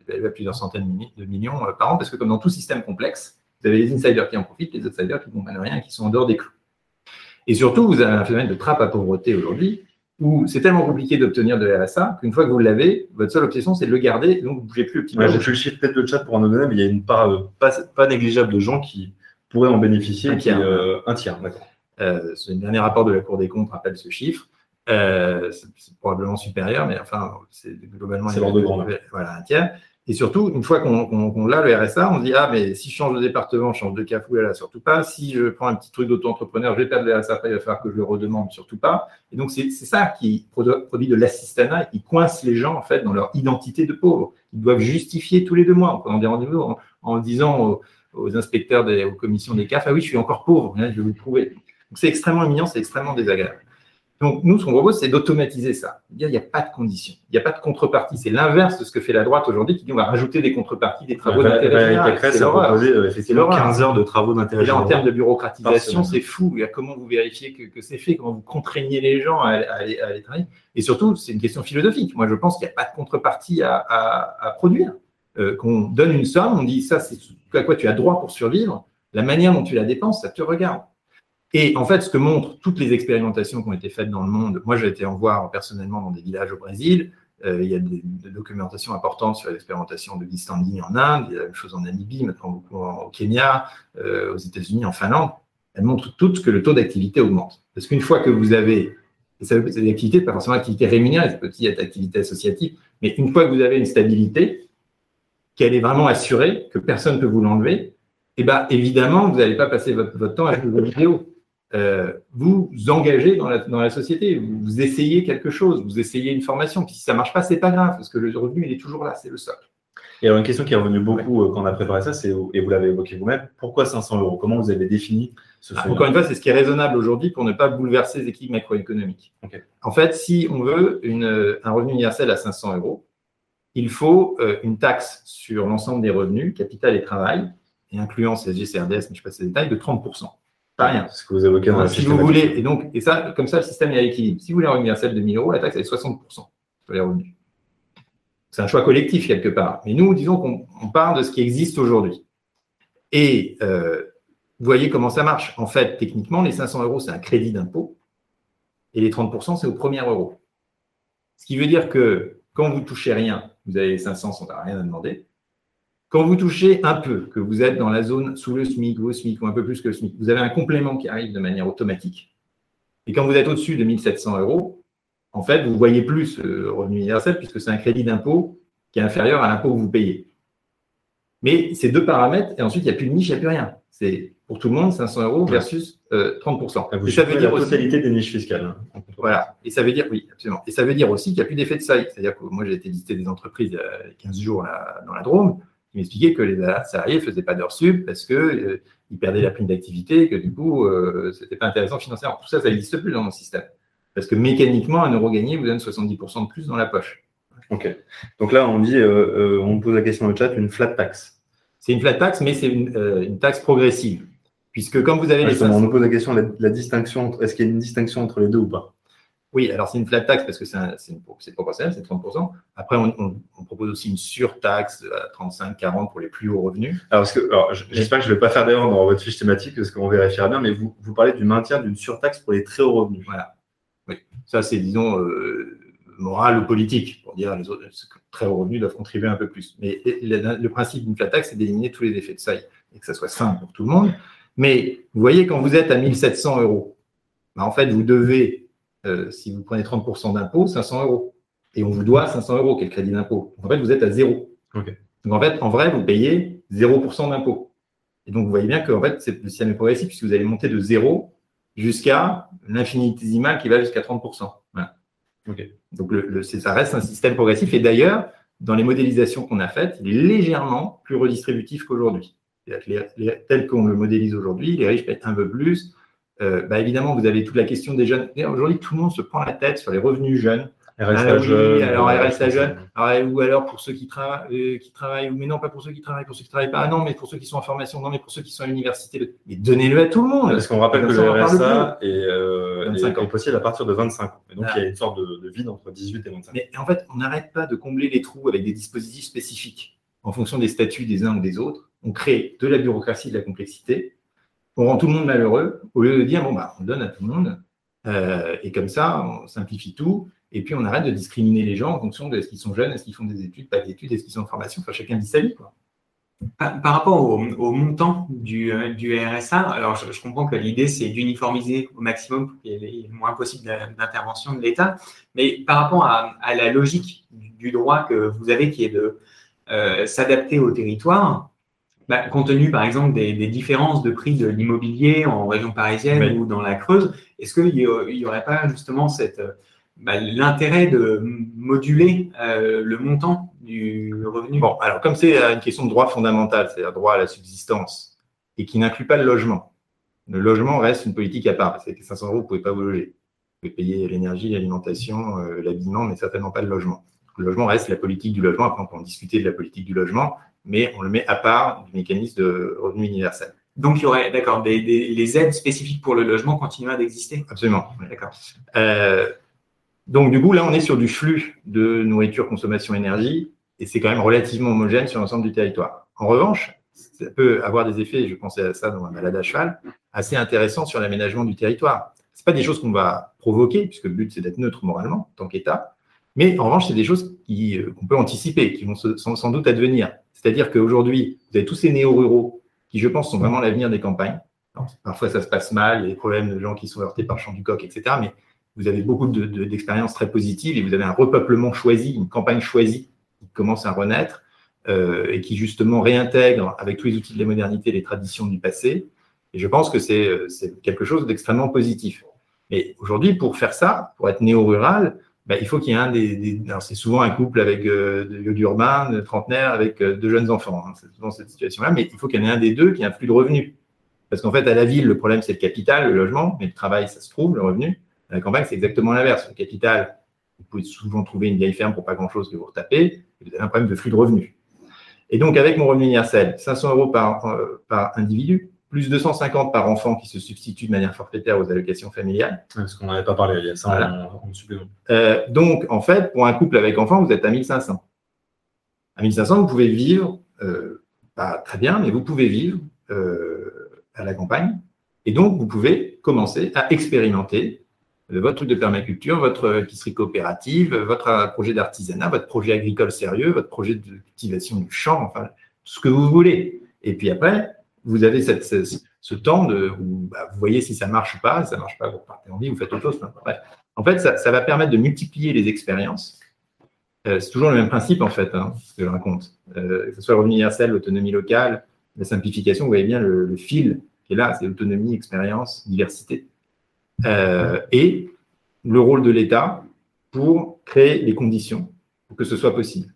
évalué à plusieurs centaines de millions euh, par an, parce que comme dans tout système complexe, vous avez les insiders qui en profitent, les outsiders qui ne comprennent rien et qui sont en dehors des clous. Et surtout, vous avez un phénomène de trappe à pauvreté aujourd'hui, où c'est tellement compliqué d'obtenir de R S A qu'une fois que vous l'avez, votre seule obsession, c'est de le garder, donc vous ne bougez plus le petit ouais, j'ai fait le chiffre peut-être de chat pour en donner, mais il y a une part euh, pas, pas négligeable de gens qui pourraient en bénéficier. Un tiers. Qui, euh, un tiers, d'accord. Euh, ce dernier rapport de la Cour des comptes rappelle ce chiffre. Euh, c'est, c'est probablement supérieur, mais enfin, c'est globalement c'est l'ordre de grandeur. Voilà, un tiers. Et surtout, une fois qu'on, qu'on, qu'on l'a, le R S A, on se dit, ah, mais si je change de département, je change de C A F, là, surtout pas. Si je prends un petit truc d'auto-entrepreneur, je vais perdre le R S A, après, il va falloir que je le redemande, surtout pas. Et donc, c'est, c'est ça qui produit de l'assistanat et qui coince les gens, en fait, dans leur identité de pauvre. Ils doivent justifier tous les deux mois, en prenant des rendez-vous, en, en disant aux, aux inspecteurs, des, aux commissions des C A F, ah oui, je suis encore pauvre, hein, je vais vous le prouver. Donc, c'est extrêmement humiliant, c'est extrêmement désagréable. Donc, nous, ce qu'on propose, c'est d'automatiser ça. Il n'y a pas de conditions, il n'y a pas de contrepartie. C'est l'inverse de ce que fait la droite aujourd'hui, qui dit on va rajouter des contreparties, des travaux bah, d'intérêt général. Pécresse a proposé euh, effectivement quinze heures de travaux d'intérêt général. En termes de bureaucratisation, c'est fou. Comment vous vérifiez que, que c'est fait, comment vous contraignez les gens à, à, aller, à aller travailler. Et surtout, c'est une question philosophique. Moi, je pense qu'il n'y a pas de contrepartie à, à, à produire. Euh, qu'on donne une somme, on dit ça, c'est à quoi tu as droit pour survivre. La manière dont tu la dépenses, ça te regarde. Et en fait, ce que montrent toutes les expérimentations qui ont été faites dans le monde, moi j'ai été en voir personnellement dans des villages au Brésil, euh, il y a des, des documentations importantes sur l'expérimentation de l'e-standing en Inde, il y a la même chose en Namibie, maintenant beaucoup au Kenya, euh, aux États-Unis, en Finlande. Elles montrent toutes que le taux d'activité augmente. Parce qu'une fois que vous avez, c'est des activités, pas forcément activités rémunérées, ça peut aussi être activités associatives, mais une fois que vous avez une stabilité, qu'elle est vraiment assurée, que personne ne peut vous l'enlever, eh bien évidemment, vous n'allez pas passer votre, votre temps à jouer aux vidéos. Euh, vous vous engagez dans la, dans la société, vous, vous essayez quelque chose, vous essayez une formation, puis si ça ne marche pas, c'est pas grave, parce que le revenu, il est toujours là, c'est le socle. Et alors, une question qui est revenue beaucoup ouais. quand on a préparé ça, c'est, et vous l'avez évoqué vous-même, pourquoi cinq cents euros? Comment vous avez défini ce ah, Encore une fois, c'est ce qui est raisonnable aujourd'hui pour ne pas bouleverser les équilibres macroéconomiques. Okay. En fait, si on veut une, un revenu universel à cinq cents euros, il faut euh, une taxe sur l'ensemble des revenus, capital et travail, et incluant C S G, C R D S, mais je passe les détails, de trente pour cent. Pas rien. Ce que vous évoquez dans la si vous voulez, et donc, et ça, comme ça, le système est à l'équilibre. Si vous voulez un revenu universel de mille euros, la taxe elle est soixante pour cent sur les revenus. C'est un choix collectif quelque part. Mais nous, disons qu'on on part de ce qui existe aujourd'hui. Et euh, vous voyez comment ça marche. En fait, techniquement, les cinq cents euros, c'est un crédit d'impôt. Et les trente pour cent, c'est au premier euro. Ce qui veut dire que quand vous ne touchez rien, vous avez les cinq cents sans rien à demander. Quand vous touchez un peu, que vous êtes dans la zone sous le SMIC ou au SMIC ou un peu plus que le SMIC, vous avez un complément qui arrive de manière automatique. Et quand vous êtes au-dessus de mille sept cents euros, en fait, vous ne voyez plus le revenu universel puisque c'est un crédit d'impôt qui est inférieur à l'impôt que vous payez. Mais ces deux paramètres, et ensuite, il n'y a plus de niche, il n'y a plus rien. C'est pour tout le monde, cinq cents euros versus euh, trente pour cent. Vous et ça veut dire la totalité aussi, des niches fiscales. Hein. Voilà. Et ça veut dire, oui, absolument. Et ça veut dire aussi qu'il n'y a plus d'effet de seuil. C'est-à-dire que moi, j'ai été visiter des entreprises il y a quinze jours là, dans la Drôme. Il m'expliquait que les salariés ne faisaient pas d'heures sup parce qu'ils euh, perdaient la prime d'activité et que du coup, euh, ce n'était pas intéressant financièrement. Tout ça, ça n'existe plus dans mon système. Parce que mécaniquement, un euro gagné vous donne soixante-dix pour cent de plus dans la poche. OK. Donc là, on dit, euh, euh, on pose la question dans le chat, une flat tax. C'est une flat tax, mais c'est une, euh, une taxe progressive. Puisque comme vous avez ah, les… cinq cents... On nous pose la question, la, la distinction, entre, est-ce qu'il y a une distinction entre les deux ou pas? Oui, alors c'est une flat tax parce que c'est, un, c'est, une, c'est proportionnel, c'est trente pour cent. Après, on, on, on propose aussi une surtaxe à trente-cinq quarante pour les plus hauts revenus. Alors, parce que, alors j'espère que je ne vais pas faire d'erreur dans votre fiche thématique parce qu'on vérifiera bien, mais vous, vous parlez du maintien d'une surtaxe pour les très hauts revenus. Voilà. Oui, ça c'est, disons, euh, moral ou politique, pour dire les autres les très hauts revenus doivent contribuer un peu plus. Mais le, le principe d'une flat tax, c'est d'éliminer tous les effets de seuil et que ça soit sain pour tout le monde. Mais vous voyez, quand vous êtes à mille sept cents euros, ben, en fait, vous devez… Euh, si vous prenez trente pour cent d'impôt, cinq cents euros. Et on vous doit cinq cents euros, qui est le crédit d'impôt. En fait, vous êtes à zéro. Okay. Donc, en fait, en vrai, vous payez zéro pour cent d'impôt. Et donc, vous voyez bien que en fait, c'est le système est progressif puisque vous allez monter de zéro jusqu'à l'infinitésimal qui va jusqu'à trente pour cent. Voilà. Okay. Donc, le, le, c'est, ça reste un système progressif. Et d'ailleurs, dans les modélisations qu'on a faites, il est légèrement plus redistributif qu'aujourd'hui. C'est-à-dire que les, les, tel qu'on le modélise aujourd'hui, les riches payent un peu plus. Euh, bah évidemment, vous avez toute la question des jeunes. Et aujourd'hui, tout le monde se prend la tête sur les revenus jeunes. R S A jeune. Alors, R S A jeune. Alors, ou alors pour ceux qui, tra- euh, qui travaillent, mais non, pas pour ceux qui travaillent, pour ceux qui ne travaillent pas. Ah non, mais pour ceux qui sont en formation. Non, mais pour ceux qui sont à l'université. Mais donnez-le à tout le monde. Parce qu'on rappelle que le R S A est, euh, est, est possible à partir de vingt-cinq ans. Et donc, ah. il y a une sorte de, de vide entre dix-huit et vingt-cinq. Mais en fait, on n'arrête pas de combler les trous avec des dispositifs spécifiques. en fonction des statuts des uns ou des autres. On crée de la bureaucratie, de la complexité. On rend tout le monde malheureux au lieu de dire, bon, bah, on donne à tout le monde. Euh, et comme ça, on simplifie tout. Et puis, on arrête de discriminer les gens en fonction de est-ce qu'ils sont jeunes, est-ce qu'ils font des études, pas d'études, est-ce qu'ils sont en formation. Enfin, chacun dit sa vie, quoi. Par, par rapport au, au montant du, euh, du R S A, alors je, je comprends que l'idée c'est d'uniformiser au maximum pour qu'il y ait le moins possible d'intervention de l'État, mais par rapport à, à la logique du, du droit que vous avez qui est de euh, s'adapter au territoire, bah, compte tenu par exemple des, des différences de prix de l'immobilier en région parisienne oui. ou dans la Creuse, est-ce qu'il n'y aurait pas justement cette, bah, l'intérêt de moduler euh, le montant du revenu? Bon, alors comme c'est une question de droit fondamental, c'est-à-dire droit à la subsistance, et qui n'inclut pas le logement. Le logement reste une politique à part. Avec cinq cents euros, vous ne pouvez pas vous loger. Vous pouvez payer l'énergie, l'alimentation, euh, l'habillement, mais certainement pas le logement. Le logement reste la politique du logement. Après, on peut en discuter de la politique du logement, mais on le met à part du mécanisme de revenu universel. Donc, il y aurait, d'accord, des, des, les aides spécifiques pour le logement continueraient d'exister? Absolument. D'accord. Euh, donc, du coup, là, on est sur du flux de nourriture, consommation, énergie, et c'est quand même relativement homogène sur l'ensemble du territoire. En revanche, ça peut avoir des effets, je pensais à ça dans ma balade à cheval, assez intéressants sur l'aménagement du territoire. Ce pas des choses qu'on va provoquer, puisque le but, c'est d'être neutre moralement, en tant qu'État, mais en revanche, c'est des choses qui, euh, qu'on peut anticiper, qui vont se, sans, sans doute advenir. C'est-à-dire qu'aujourd'hui, vous avez tous ces néo-ruraux qui, je pense, sont vraiment l'avenir des campagnes. Alors, parfois, ça se passe mal, il y a des problèmes de gens qui sont heurtés par le champ du coq, et cetera. Mais vous avez beaucoup de, de, d'expériences très positives et vous avez un repeuplement choisi, une campagne choisie qui commence à renaître euh, et qui, justement, réintègre avec tous les outils de la modernité les traditions du passé. Et je pense que c'est, c'est quelque chose d'extrêmement positif. Mais aujourd'hui, pour faire ça, pour être néo-rural, ben, il faut qu'il y ait un des, des alors c'est souvent un couple avec euh, de d'urbain, de trentenaire, avec euh, deux jeunes enfants. Hein, c'est souvent cette situation-là, mais il faut qu'il y en ait un des deux qui ait un flux de revenus. Parce qu'en fait, à la ville, le problème, c'est le capital, le logement, mais le travail, ça se trouve, le revenu. À la campagne, c'est exactement l'inverse. Le capital, vous pouvez souvent trouver une vieille ferme pour pas grand-chose que vous retapez, et vous avez un problème de flux de revenus. Et donc, avec mon revenu universel, cinq cents euros par, euh, par individu, plus deux cent cinquante par enfant qui se substitue de manière forfaitaire aux allocations familiales. Parce qu'on n'avait pas parlé, il y a ça voilà. en, en supplément. Euh, donc, en fait, pour un couple avec enfant, vous êtes à mille cinq cents. À mille cinq cents, vous pouvez vivre, euh, pas très bien, mais vous pouvez vivre euh, à la campagne. Et donc, vous pouvez commencer à expérimenter euh, votre truc de permaculture, votre épicerie coopérative, votre projet d'artisanat, votre projet agricole sérieux, votre projet de cultivation du champ, enfin, tout ce que vous voulez. Et puis après, vous avez cette, ce, ce temps de, où bah, vous voyez si ça marche ou pas. Si ça ne marche pas, vous repartez en vie, vous faites autre chose. Bref. En fait, ça, ça va permettre de multiplier les expériences. Euh, c'est toujours le même principe, en fait, hein, ce que je raconte. Euh, que ce soit le revenu universel, l'autonomie locale, la simplification, vous voyez bien le, le fil qui est là, c'est autonomie, expérience, diversité. Euh, et le rôle de l'État pour créer les conditions pour que ce soit possible.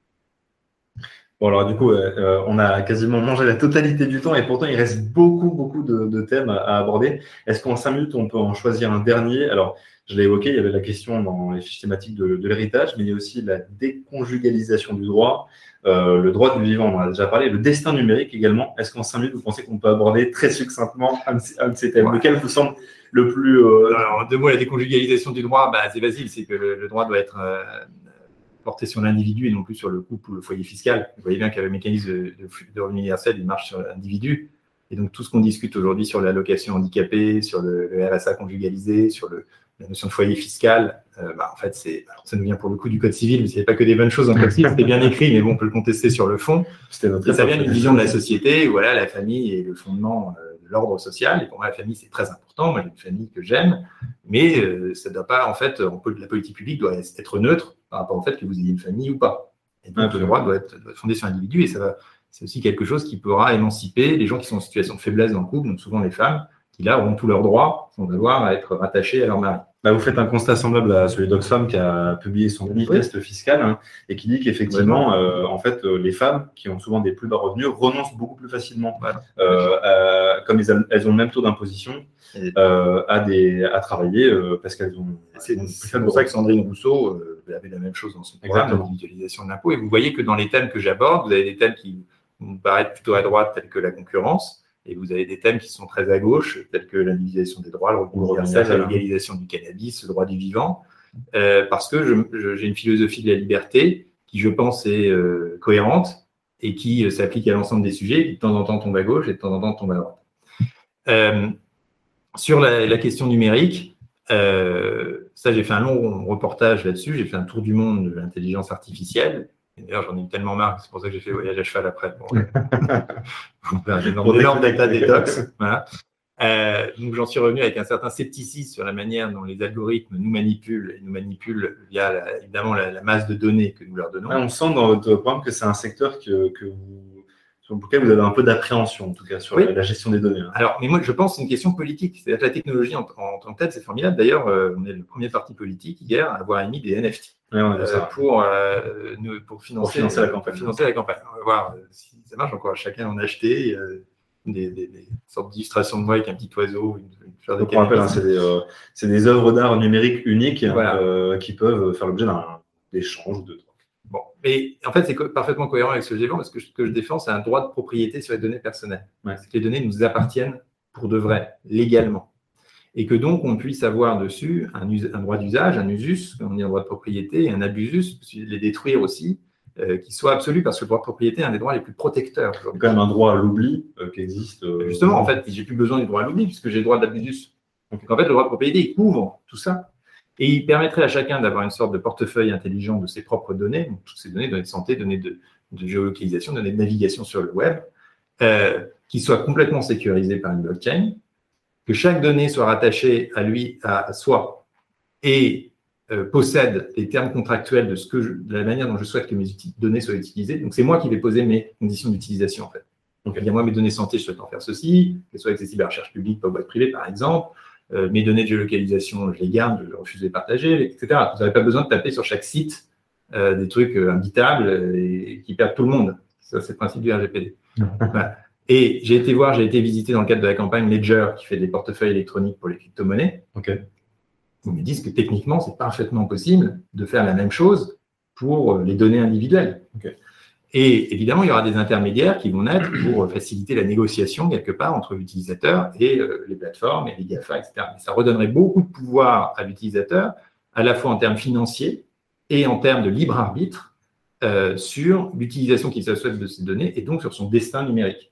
Bon, alors du coup, euh, on a quasiment mangé la totalité du temps et pourtant, il reste beaucoup, beaucoup de, de thèmes à aborder. Est-ce qu'en cinq minutes, on peut en choisir un dernier? Alors, je l'ai évoqué, il y avait la question dans les fiches thématiques de, de l'héritage, mais il y a aussi la déconjugalisation du droit, euh, le droit du vivant, on en a déjà parlé, le destin numérique également. Est-ce qu'en cinq minutes, vous pensez qu'on peut aborder très succinctement un de ces, un de ces thèmes? Ouais. Lequel vous semble le plus… Euh... Alors, deux mots, la déconjugalisation du droit, bah, c'est facile, c'est que le, le droit doit être… Euh, porté sur l'individu et non plus sur le couple ou le foyer fiscal. Vous voyez bien qu'avec le mécanisme de, de, de revenu universel, il marche sur l'individu. Et donc, tout ce qu'on discute aujourd'hui sur l'allocation handicapée, sur le, le R S A conjugalisé, sur le, la notion de foyer fiscal, euh, bah, en fait, c'est, alors ça nous vient pour le coup du Code civil, mais il n'y avait pas que des bonnes choses dans le Code civil, c'était bien écrit, mais bon, on peut le contester sur le fond. C'était notre ça vient d'une vision de la société où voilà, la famille est le fondement euh, de l'ordre social. Et pour moi, la famille, c'est très important. Moi, j'ai une famille que j'aime, mais euh, ça ne doit pas, en fait, on peut, la politique publique doit être neutre par rapport au fait que vous ayez une famille ou pas. Et donc, ah, le droit doit être, doit être fondé sur l'individu et ça va, c'est aussi quelque chose qui pourra émanciper les gens qui sont en situation de faiblesse dans le couple, donc souvent les femmes, qui là auront tous leurs droits sans avoir à être rattachées à leur mari. Bah, vous faites un constat semblable à celui d'Oxfam qui a publié son manifeste oui. fiscal hein, et qui dit qu'effectivement, euh, en fait, euh, les femmes qui ont souvent des plus bas revenus renoncent beaucoup plus facilement, voilà. euh, à, comme elles, elles ont le même taux d'imposition, euh, à, des, à travailler euh, parce qu'elles ont… C'est, c'est pour ça que Sandrine Rousseau euh, avait la même chose dans son programme, l'individualisation de l'impôt. Et vous voyez que dans les thèmes que j'aborde, vous avez des thèmes qui vous paraissent plutôt à droite, tels que la concurrence, et vous avez des thèmes qui sont très à gauche, tels que l'individualisation des droits, le revenu universel, la légalisation du cannabis, le droit du vivant, euh, parce que je, je, j'ai une philosophie de la liberté qui, je pense, est euh, cohérente et qui euh, s'applique à l'ensemble des sujets, qui de temps en temps tombe à gauche et de temps en temps tombe à droite. Euh, sur la, la question numérique, euh, ça j'ai fait un long reportage là-dessus, j'ai fait un tour du monde de l'intelligence artificielle. Et d'ailleurs, j'en ai eu tellement marre, c'est pour ça que j'ai fait voyage à cheval après. Pour, pour faire un énorme, énorme data détox. Voilà. Euh, donc, j'en suis revenu avec un certain scepticisme sur la manière dont les algorithmes nous manipulent, et nous manipulent via la, évidemment la, la masse de données que nous leur donnons. Ouais, on sent dans votre programme que c'est un secteur que, que vous, sur lequel vous avez un peu d'appréhension, en tout cas, sur oui. la, la gestion des données. Hein. Alors, mais moi, je pense que c'est une question politique. C'est-à-dire que la technologie en, en tant que telle, c'est formidable. D'ailleurs, euh, on est le premier parti politique hier à avoir émis des N F T ouais, euh, pour, euh, nous, pour, financer, pour financer la campagne. Financer la campagne. On va voir euh, si ça marche encore. Chacun en a acheté. Euh, Des, des, des sortes d'illustrations de moi avec un petit oiseau. Une, une Donc, on rappelle, hein, c'est des, euh, c'est des œuvres d'art numériques uniques voilà. euh, qui peuvent faire l'objet d'un échange ou de droits. Bon, mais en fait, c'est co- parfaitement cohérent avec ce que je défends, parce que ce que je défends, c'est un droit de propriété sur les données personnelles. Ouais. C'est que les données nous appartiennent pour de vrai, légalement. Et que donc, on puisse avoir dessus un, us- un droit d'usage, un usus, comme on dit, un droit de propriété, et un abusus, les détruire aussi, Euh, qui soit absolu, parce que le droit de propriété est un des droits les plus protecteurs. Il y a quand même un droit à l'oubli euh, qui existe. Euh, Justement, en fait, j'ai plus besoin du droit à l'oubli, puisque j'ai le droit de l'abusus. Donc, en fait, le droit de propriété, il couvre tout ça. Et il permettrait à chacun d'avoir une sorte de portefeuille intelligent de ses propres données, donc toutes ces données, données de santé, données de, de géolocalisation, données de navigation sur le web, euh, qui soient complètement sécurisées par une blockchain, que chaque donnée soit rattachée à lui, à, à soi, et Euh, possède les termes contractuels de, ce que je, de la manière dont je souhaite que mes uti- données soient utilisées. Donc, c'est moi qui vais poser mes conditions d'utilisation, en fait. Donc, okay. moi, mes données santé, je souhaite en faire ceci, qu'elles soient accessibles à la recherche publique, pas aux boîtes privées, par exemple. Euh, mes données de géolocalisation, je les garde, je refuse de les partager, et cetera. Vous n'avez pas besoin de taper sur chaque site euh, des trucs euh, imbitables et qui perdent tout le monde. Ça, c'est le principe du R G P D. Voilà. Et j'ai été voir, j'ai été visiter dans le cadre de la campagne Ledger, qui fait des portefeuilles électroniques pour les crypto-monnaies. Okay. Ils me disent que techniquement, c'est parfaitement possible de faire la même chose pour les données individuelles. Okay. Et évidemment, il y aura des intermédiaires qui vont naître pour faciliter la négociation quelque part entre l'utilisateur et euh, les plateformes et les GAFA, et cetera. Mais ça redonnerait beaucoup de pouvoir à l'utilisateur, à la fois en termes financiers et en termes de libre arbitre euh, sur l'utilisation qu'il se souhaite de ces données et donc sur son destin numérique.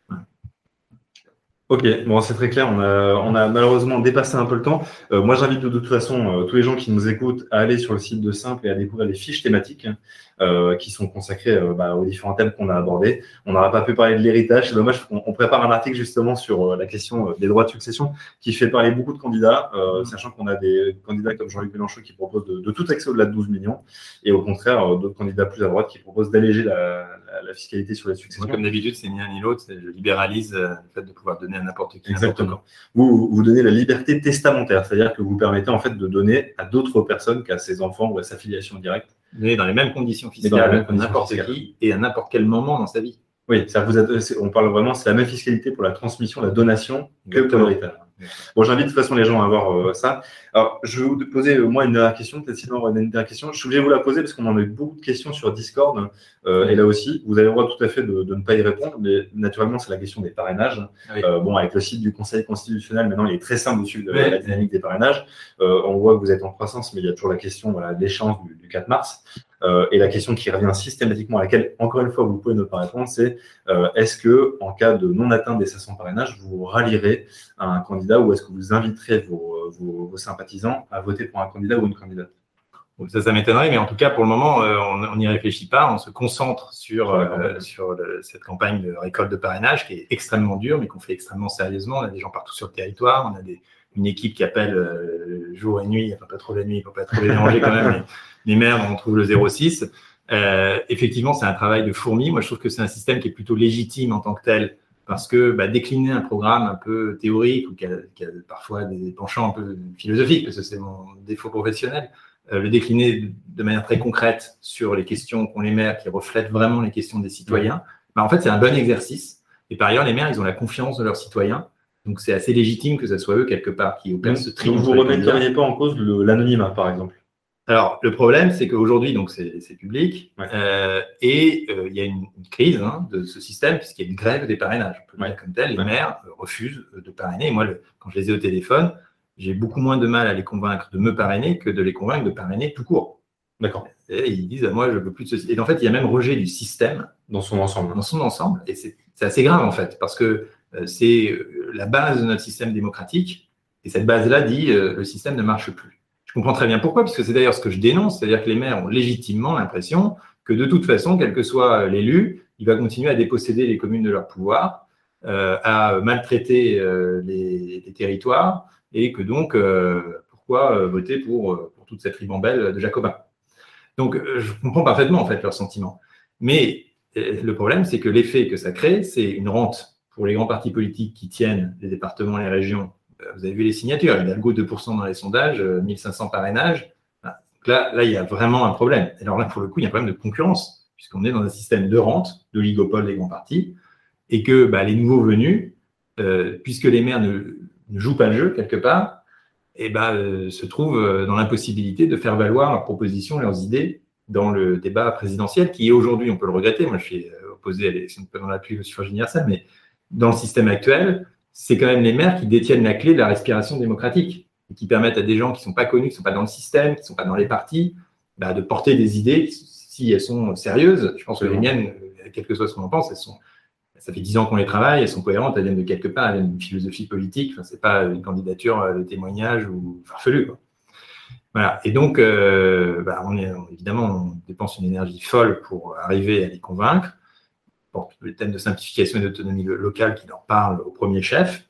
Ok, bon, c'est très clair. On a, on a malheureusement dépassé un peu le temps. Euh, moi, j'invite de, de toute façon euh, tous les gens qui nous écoutent à aller sur le site de Simple et à découvrir les fiches thématiques euh, qui sont consacrées euh, bah, aux différents thèmes qu'on a abordés. On n'aura pas pu parler de l'héritage. C'est dommage qu'on on prépare un article justement sur euh, la question euh, des droits de succession qui fait parler beaucoup de candidats, euh, mmh. sachant qu'on a des candidats comme Jean-Luc Mélenchon qui proposent de, de tout taxer au-delà de douze millions et au contraire euh, d'autres candidats plus à droite qui proposent d'alléger la, la, la fiscalité sur les successions. Moi, comme d'habitude, c'est ni l'un ni l'autre. Je libéralise euh, le fait de pouvoir donner à n'importe qui. Exactement. Vous, vous donnez la liberté testamentaire, c'est-à-dire que vous permettez en fait de donner à d'autres personnes qu'à ses enfants ou à sa filiation directe. Donner dans les mêmes conditions fiscales à n'importe qui et à n'importe quel moment dans sa vie. Oui, ça vous a, on parle vraiment, c'est la même fiscalité pour la transmission, la donation que pour l'héritage. Bon, j'invite de toute façon les gens à voir euh, ça. Alors, je vais vous poser euh, moi une dernière question, peut-être sinon on aura une dernière question. Je suis obligé de vous la poser parce qu'on en a eu beaucoup de questions sur Discord euh, et là aussi, vous avez le droit tout à fait de, de ne pas y répondre, mais naturellement, c'est la question des parrainages. Oui. Euh, bon, avec le site du Conseil constitutionnel, maintenant, il est très simple de suivre oui. la dynamique des parrainages. Euh, on voit que vous êtes en croissance, mais il y a toujours la question voilà, de l'échéance du, du quatre mars. Euh, et la question qui revient systématiquement, à laquelle, encore une fois, vous pouvez ne pas répondre, c'est euh, est-ce que, en cas de non-atteinte des cinq cents parrainages, vous rallierez à un candidat ou est-ce que vous inviterez vos, vos, vos sympathisants à voter pour un candidat ou une candidate? Ça, ça m'étonnerait, mais en tout cas, pour le moment, euh, on n'y réfléchit pas. On se concentre sur, euh, sur le, cette campagne de récolte de parrainage qui est extrêmement dure, mais qu'on fait extrêmement sérieusement. On a des gens partout sur le territoire. On a des, une équipe qui appelle euh, jour et nuit. Enfin, pas trop la nuit, il ne faut pas trop les déranger quand même. Mais les maires, on trouve le zéro six. Euh, effectivement, c'est un travail de fourmi. Moi, je trouve que c'est un système qui est plutôt légitime en tant que tel, parce que bah, décliner un programme un peu théorique ou qui a, qui a parfois des penchants un peu philosophiques, parce que c'est mon défaut professionnel, euh, le décliner de manière très concrète sur les questions qu'ont les maires, qui reflètent vraiment les questions des citoyens, bah, en fait, c'est un bon exercice. Et par ailleurs, les maires, ils ont la confiance de leurs citoyens. Donc, c'est assez légitime que ce soit eux, quelque part, qui opèrent ce tri. Donc, vous ne remetteriez pas en cause le, l'anonymat, par exemple? Alors, le problème, c'est qu'aujourd'hui, donc c'est, c'est public, ouais. euh, et euh, il y a une, une crise hein, de ce système, puisqu'il y a une grève des parrainages. On peut le dire comme tel, les ouais. maires euh, refusent de parrainer. Et moi, le, quand je les ai au téléphone, j'ai beaucoup moins de mal à les convaincre de me parrainer que de les convaincre de parrainer tout court. D'accord. Et ils disent, moi, je ne veux plus de ceci. Et en fait, il y a même rejet du système. Dans son ensemble. Dans son ensemble. Et c'est, c'est assez grave, en fait, parce que euh, c'est euh, la base de notre système démocratique. Et cette base-là dit, euh, le système ne marche plus. Je comprends très bien pourquoi, puisque c'est d'ailleurs ce que je dénonce, c'est-à-dire que les maires ont légitimement l'impression que de toute façon, quel que soit l'élu, il va continuer à déposséder les communes de leur pouvoir, euh, à maltraiter euh, les, les territoires, et que donc, euh, pourquoi euh, voter pour, pour toute cette ribambelle de Jacobins. Donc, je comprends parfaitement, en fait, leurs sentiments. Mais euh, le problème, c'est que l'effet que ça crée, c'est une rente pour les grands partis politiques qui tiennent les départements et les régions. Euh, vous avez vu les signatures, Hidalgo deux pour cent dans les sondages, euh, mille cinq cents parrainages. Voilà. Donc là, là, il y a vraiment un problème. Et alors là, pour le coup, il y a un problème de concurrence, puisqu'on est dans un système de rente, d'oligopole des grands partis, et que bah, les nouveaux venus, euh, puisque les maires ne, ne jouent pas le jeu quelque part, et ben, euh, se trouvent dans l'impossibilité de faire valoir leurs propositions, leurs idées dans le débat présidentiel, qui est aujourd'hui, on peut le regretter, moi je suis opposé à l'élection dans l'appui au suffrage universel, mais dans le système actuel, c'est quand même les maires qui détiennent la clé de la respiration démocratique et qui permettent à des gens qui ne sont pas connus, qui ne sont pas dans le système, qui ne sont pas dans les partis, bah, de porter des idées, si elles sont sérieuses. Je pense que les miennes, quel que soit ce qu'on en pense, elles sont... Ça fait dix ans qu'on les travaille, elles sont cohérentes, elles viennent de quelque part, elles viennent d'une philosophie politique. Enfin, c'est pas une candidature de témoignage ou farfelu, quoi. Voilà. Et donc, euh, bah, on est, on, évidemment, on dépense une énergie folle pour arriver à les convaincre. Pour le thème de simplification et d'autonomie locale qui leur parle au premier chef.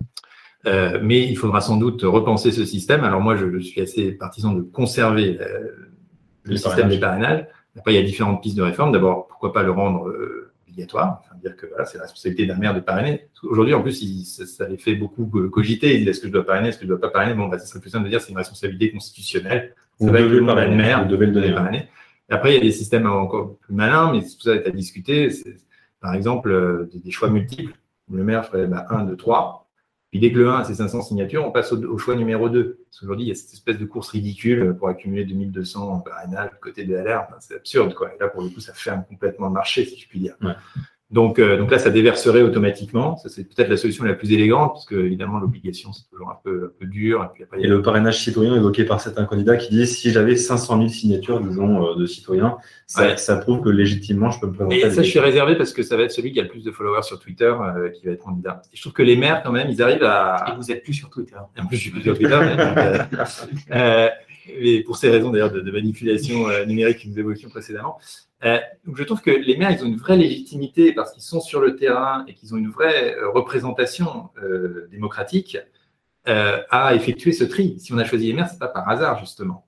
Euh, mais il faudra sans doute repenser ce système. Alors moi, je, je suis assez partisan de conserver euh, le les système des parrainages. Après, il y a différentes pistes de réforme. D'abord, pourquoi pas le rendre euh, obligatoire, enfin, dire que voilà, c'est la responsabilité d'un maire de parrainer. Aujourd'hui, en plus, il, ça, ça les fait beaucoup cogiter. Ils disent est-ce que je dois parrainer, est-ce que je ne dois pas parrainer. Bon, bah, ça serait plus simple de dire c'est une responsabilité constitutionnelle. Ça va être le parrainer, le maire, vous devez le donner parrainer. Et après, il y a des systèmes encore plus malins, mais tout ça est à discuter. C'est, par exemple, euh, des, des choix multiples. Le maire ferait bah, un, deux, trois. Puis dès que le un a ses cinq cents signatures, on passe au, au choix numéro deux. Parce qu'aujourd'hui, il y a cette espèce de course ridicule pour accumuler deux mille deux cents en parrainage côté de L R. Enfin, c'est absurde, quoi. Et là, pour le coup, ça ferme complètement le marché, si je puis dire. Ouais. Donc, euh, donc là, ça déverserait automatiquement. Ça, c'est peut-être la solution la plus élégante, parce que évidemment, l'obligation, c'est toujours un peu, un peu dur. Et, puis après, et a... le parrainage citoyen évoqué par certains candidats qui disent si j'avais cinq cent mille signatures, disons, euh, de citoyens, ça, ouais. ça prouve que légitimement, je peux me présenter. Et ça, je suis réservé parce que ça va être celui qui a le plus de followers sur Twitter euh, qui va être candidat. Et je trouve que les maires, quand même, ils arrivent à. Et vous êtes plus sur Twitter. En plus, je suis plus sur Twitter. mais, donc, euh, euh, et pour ces raisons d'ailleurs de, de manipulation euh, numérique que nous évoquions précédemment. Euh, donc je trouve que les maires, ils ont une vraie légitimité parce qu'ils sont sur le terrain et qu'ils ont une vraie euh, représentation euh, démocratique euh, à effectuer ce tri. Si on a choisi les maires, c'est pas par hasard justement.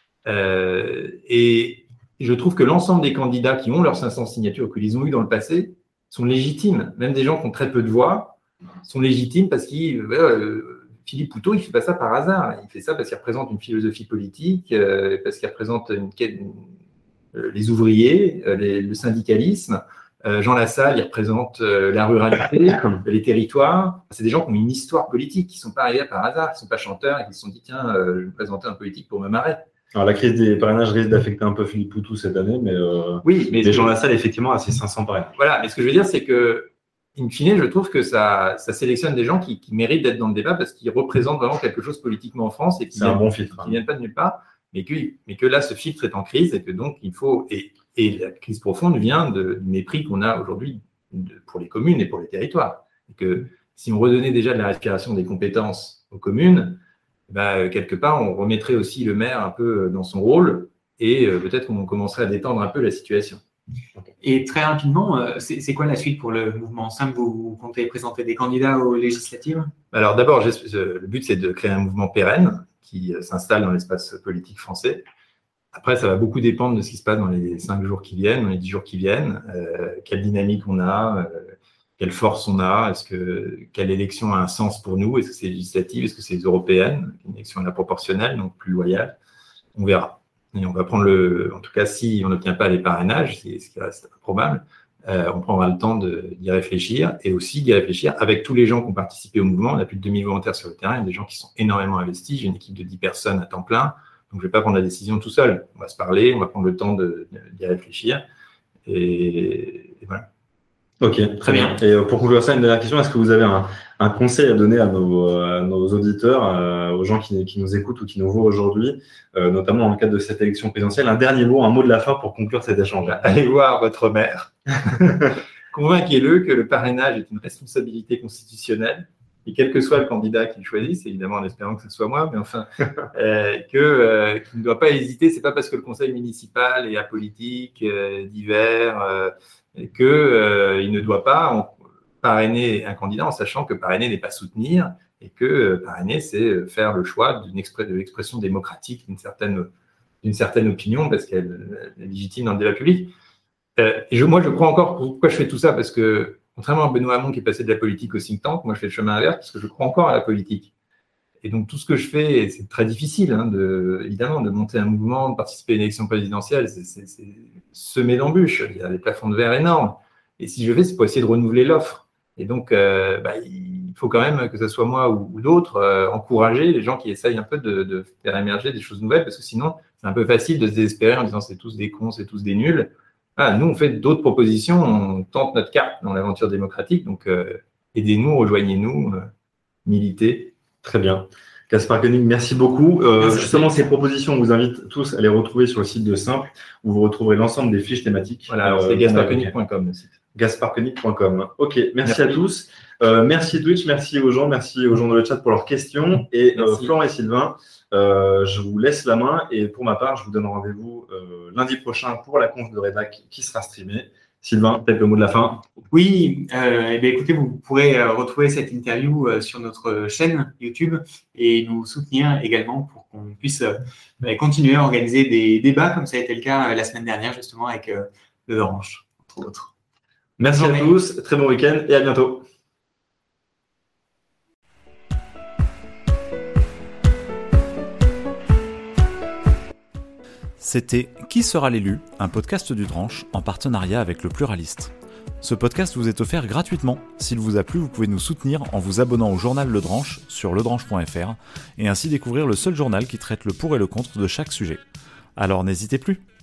Euh, et je trouve que l'ensemble des candidats qui ont leurs cinq cents signatures, que les ont eu dans le passé, sont légitimes. Même des gens qui ont très peu de voix sont légitimes parce qu'ils euh, Philippe Poutot, il ne fait pas ça par hasard. Il fait ça parce qu'il représente une philosophie politique, euh, parce qu'il représente une, une, euh, les ouvriers, euh, les, le syndicalisme. Euh, Jean Lassalle, il représente euh, la ruralité, les territoires. C'est des gens qui ont une histoire politique, qui ne sont pas arrivés par hasard, qui ne sont pas chanteurs et qui se sont dit tiens, euh, je vais me présenter un politique pour me marrer. Alors, la crise des parrainages risque d'affecter un peu Philippe Poutou cette année, mais, euh, oui, mais, mais Jean Lassalle, effectivement, a ses cinq cents parrainages. Voilà, mais ce que je veux dire, c'est que in fine, je trouve que ça, ça sélectionne des gens qui, qui méritent d'être dans le débat parce qu'ils représentent vraiment quelque chose politiquement en France et qui ne bon filtre, hein. viennent pas de nulle part, mais que, mais que là, ce filtre est en crise et que donc il faut. Et, et la crise profonde vient de, du mépris qu'on a aujourd'hui de, pour les communes et pour les territoires. Et que si on redonnait déjà de la respiration des compétences aux communes, bah, quelque part, on remettrait aussi le maire un peu dans son rôle et euh, peut-être qu'on commencerait à détendre un peu la situation. Et très rapidement, c'est, c'est quoi la suite pour le mouvement simple? Vous comptez présenter des candidats aux législatives? Alors d'abord, le but, c'est de créer un mouvement pérenne qui s'installe dans l'espace politique français. Après, ça va beaucoup dépendre de ce qui se passe dans les cinq jours qui viennent, dans les dix jours qui viennent, euh, quelle dynamique on a, euh, quelle force on a, est-ce que quelle élection a un sens pour nous, est-ce que c'est législative, est-ce que c'est européenne, une élection à la proportionnelle, donc plus loyale, on verra. Et on va prendre le, en tout cas, si on n'obtient pas les parrainages, ce qui reste improbable, euh, on prendra le temps de, d'y réfléchir et aussi d'y réfléchir avec tous les gens qui ont participé au mouvement. On a plus de deux mille volontaires sur le terrain, il y a des gens qui sont énormément investis. J'ai une équipe de dix personnes à temps plein, donc je ne vais pas prendre la décision tout seul. On va se parler, on va prendre le temps de, de, d'y réfléchir et, et voilà. Ok, très bien. Et pour conclure ça, une dernière question, est-ce que vous avez un, un conseil à donner à nos, à nos auditeurs, euh, aux gens qui, qui nous écoutent ou qui nous voient aujourd'hui, euh, notamment dans le cadre de cette élection présidentielle, un dernier mot, un mot de la fin pour conclure cet échange? Allez voir votre maire. Convainquez-le que le parrainage est une responsabilité constitutionnelle, et quel que soit le candidat qu'il choisisse, évidemment en espérant que ce soit moi, mais enfin, euh, que, euh, qu'il ne doit pas hésiter. C'est pas parce que le conseil municipal est apolitique, euh, divers, euh, qu'il euh, ne doit pas en, parrainer un candidat en sachant que parrainer n'est pas soutenir, et que euh, parrainer, c'est faire le choix d'une expr- de l'expression démocratique d'une certaine, d'une certaine opinion, parce qu'elle est légitime dans le débat public. Euh, et je, moi, je crois encore, pourquoi je fais tout ça? Parce que, contrairement à Benoît Hamon qui est passé de la politique au think tank, moi, je fais le chemin inverse parce que je crois encore à la politique. Et donc, tout ce que je fais, c'est très difficile, hein, de, évidemment, de monter un mouvement, de participer à une élection présidentielle, c'est, c'est, c'est semer d'embûches. Il y a des plafonds de verre énormes. Et si je fais, c'est pour essayer de renouveler l'offre. Et donc, euh, bah, il faut quand même, que ce soit moi ou, ou d'autres, euh, encourager les gens qui essayent un peu de, de faire émerger des choses nouvelles, parce que sinon, c'est un peu facile de se désespérer en disant c'est tous des cons, c'est tous des nuls. Ah, nous, on fait d'autres propositions, on tente notre carte dans l'aventure démocratique, donc euh, aidez-nous, rejoignez-nous, euh, militez. Très bien. Gaspard Koenig, merci beaucoup. Euh, merci. Justement, ces propositions, on vous invite tous à les retrouver sur le site de Simple, où vous retrouverez l'ensemble des fiches thématiques. Voilà, alors euh, c'est gaspard koenig point com le site. gaspard koenig point com. Ok, merci, merci à tous. Euh, merci Twitch, merci aux gens, merci aux gens dans le chat pour leurs questions. Et euh, Florent et Sylvain, euh, je vous laisse la main. Et pour ma part, je vous donne rendez-vous euh, lundi prochain pour la conf de Rédac qui sera streamée. Sylvain, peut-être le mot de la fin. Oui, euh, eh bien, écoutez, vous pourrez euh, retrouver cette interview euh, sur notre chaîne YouTube et nous soutenir également pour qu'on puisse euh, bah, continuer à organiser des débats comme ça a été le cas euh, la semaine dernière justement avec euh, le Dranche, entre autres. Merci à tous, très bon week-end et à bientôt. C'était Qui sera l'élu, un podcast du Dranche en partenariat avec le Pluraliste. Ce podcast vous est offert gratuitement. S'il vous a plu, vous pouvez nous soutenir en vous abonnant au journal Le Dranche sur ledranche point f r et ainsi découvrir le seul journal qui traite le pour et le contre de chaque sujet. Alors n'hésitez plus.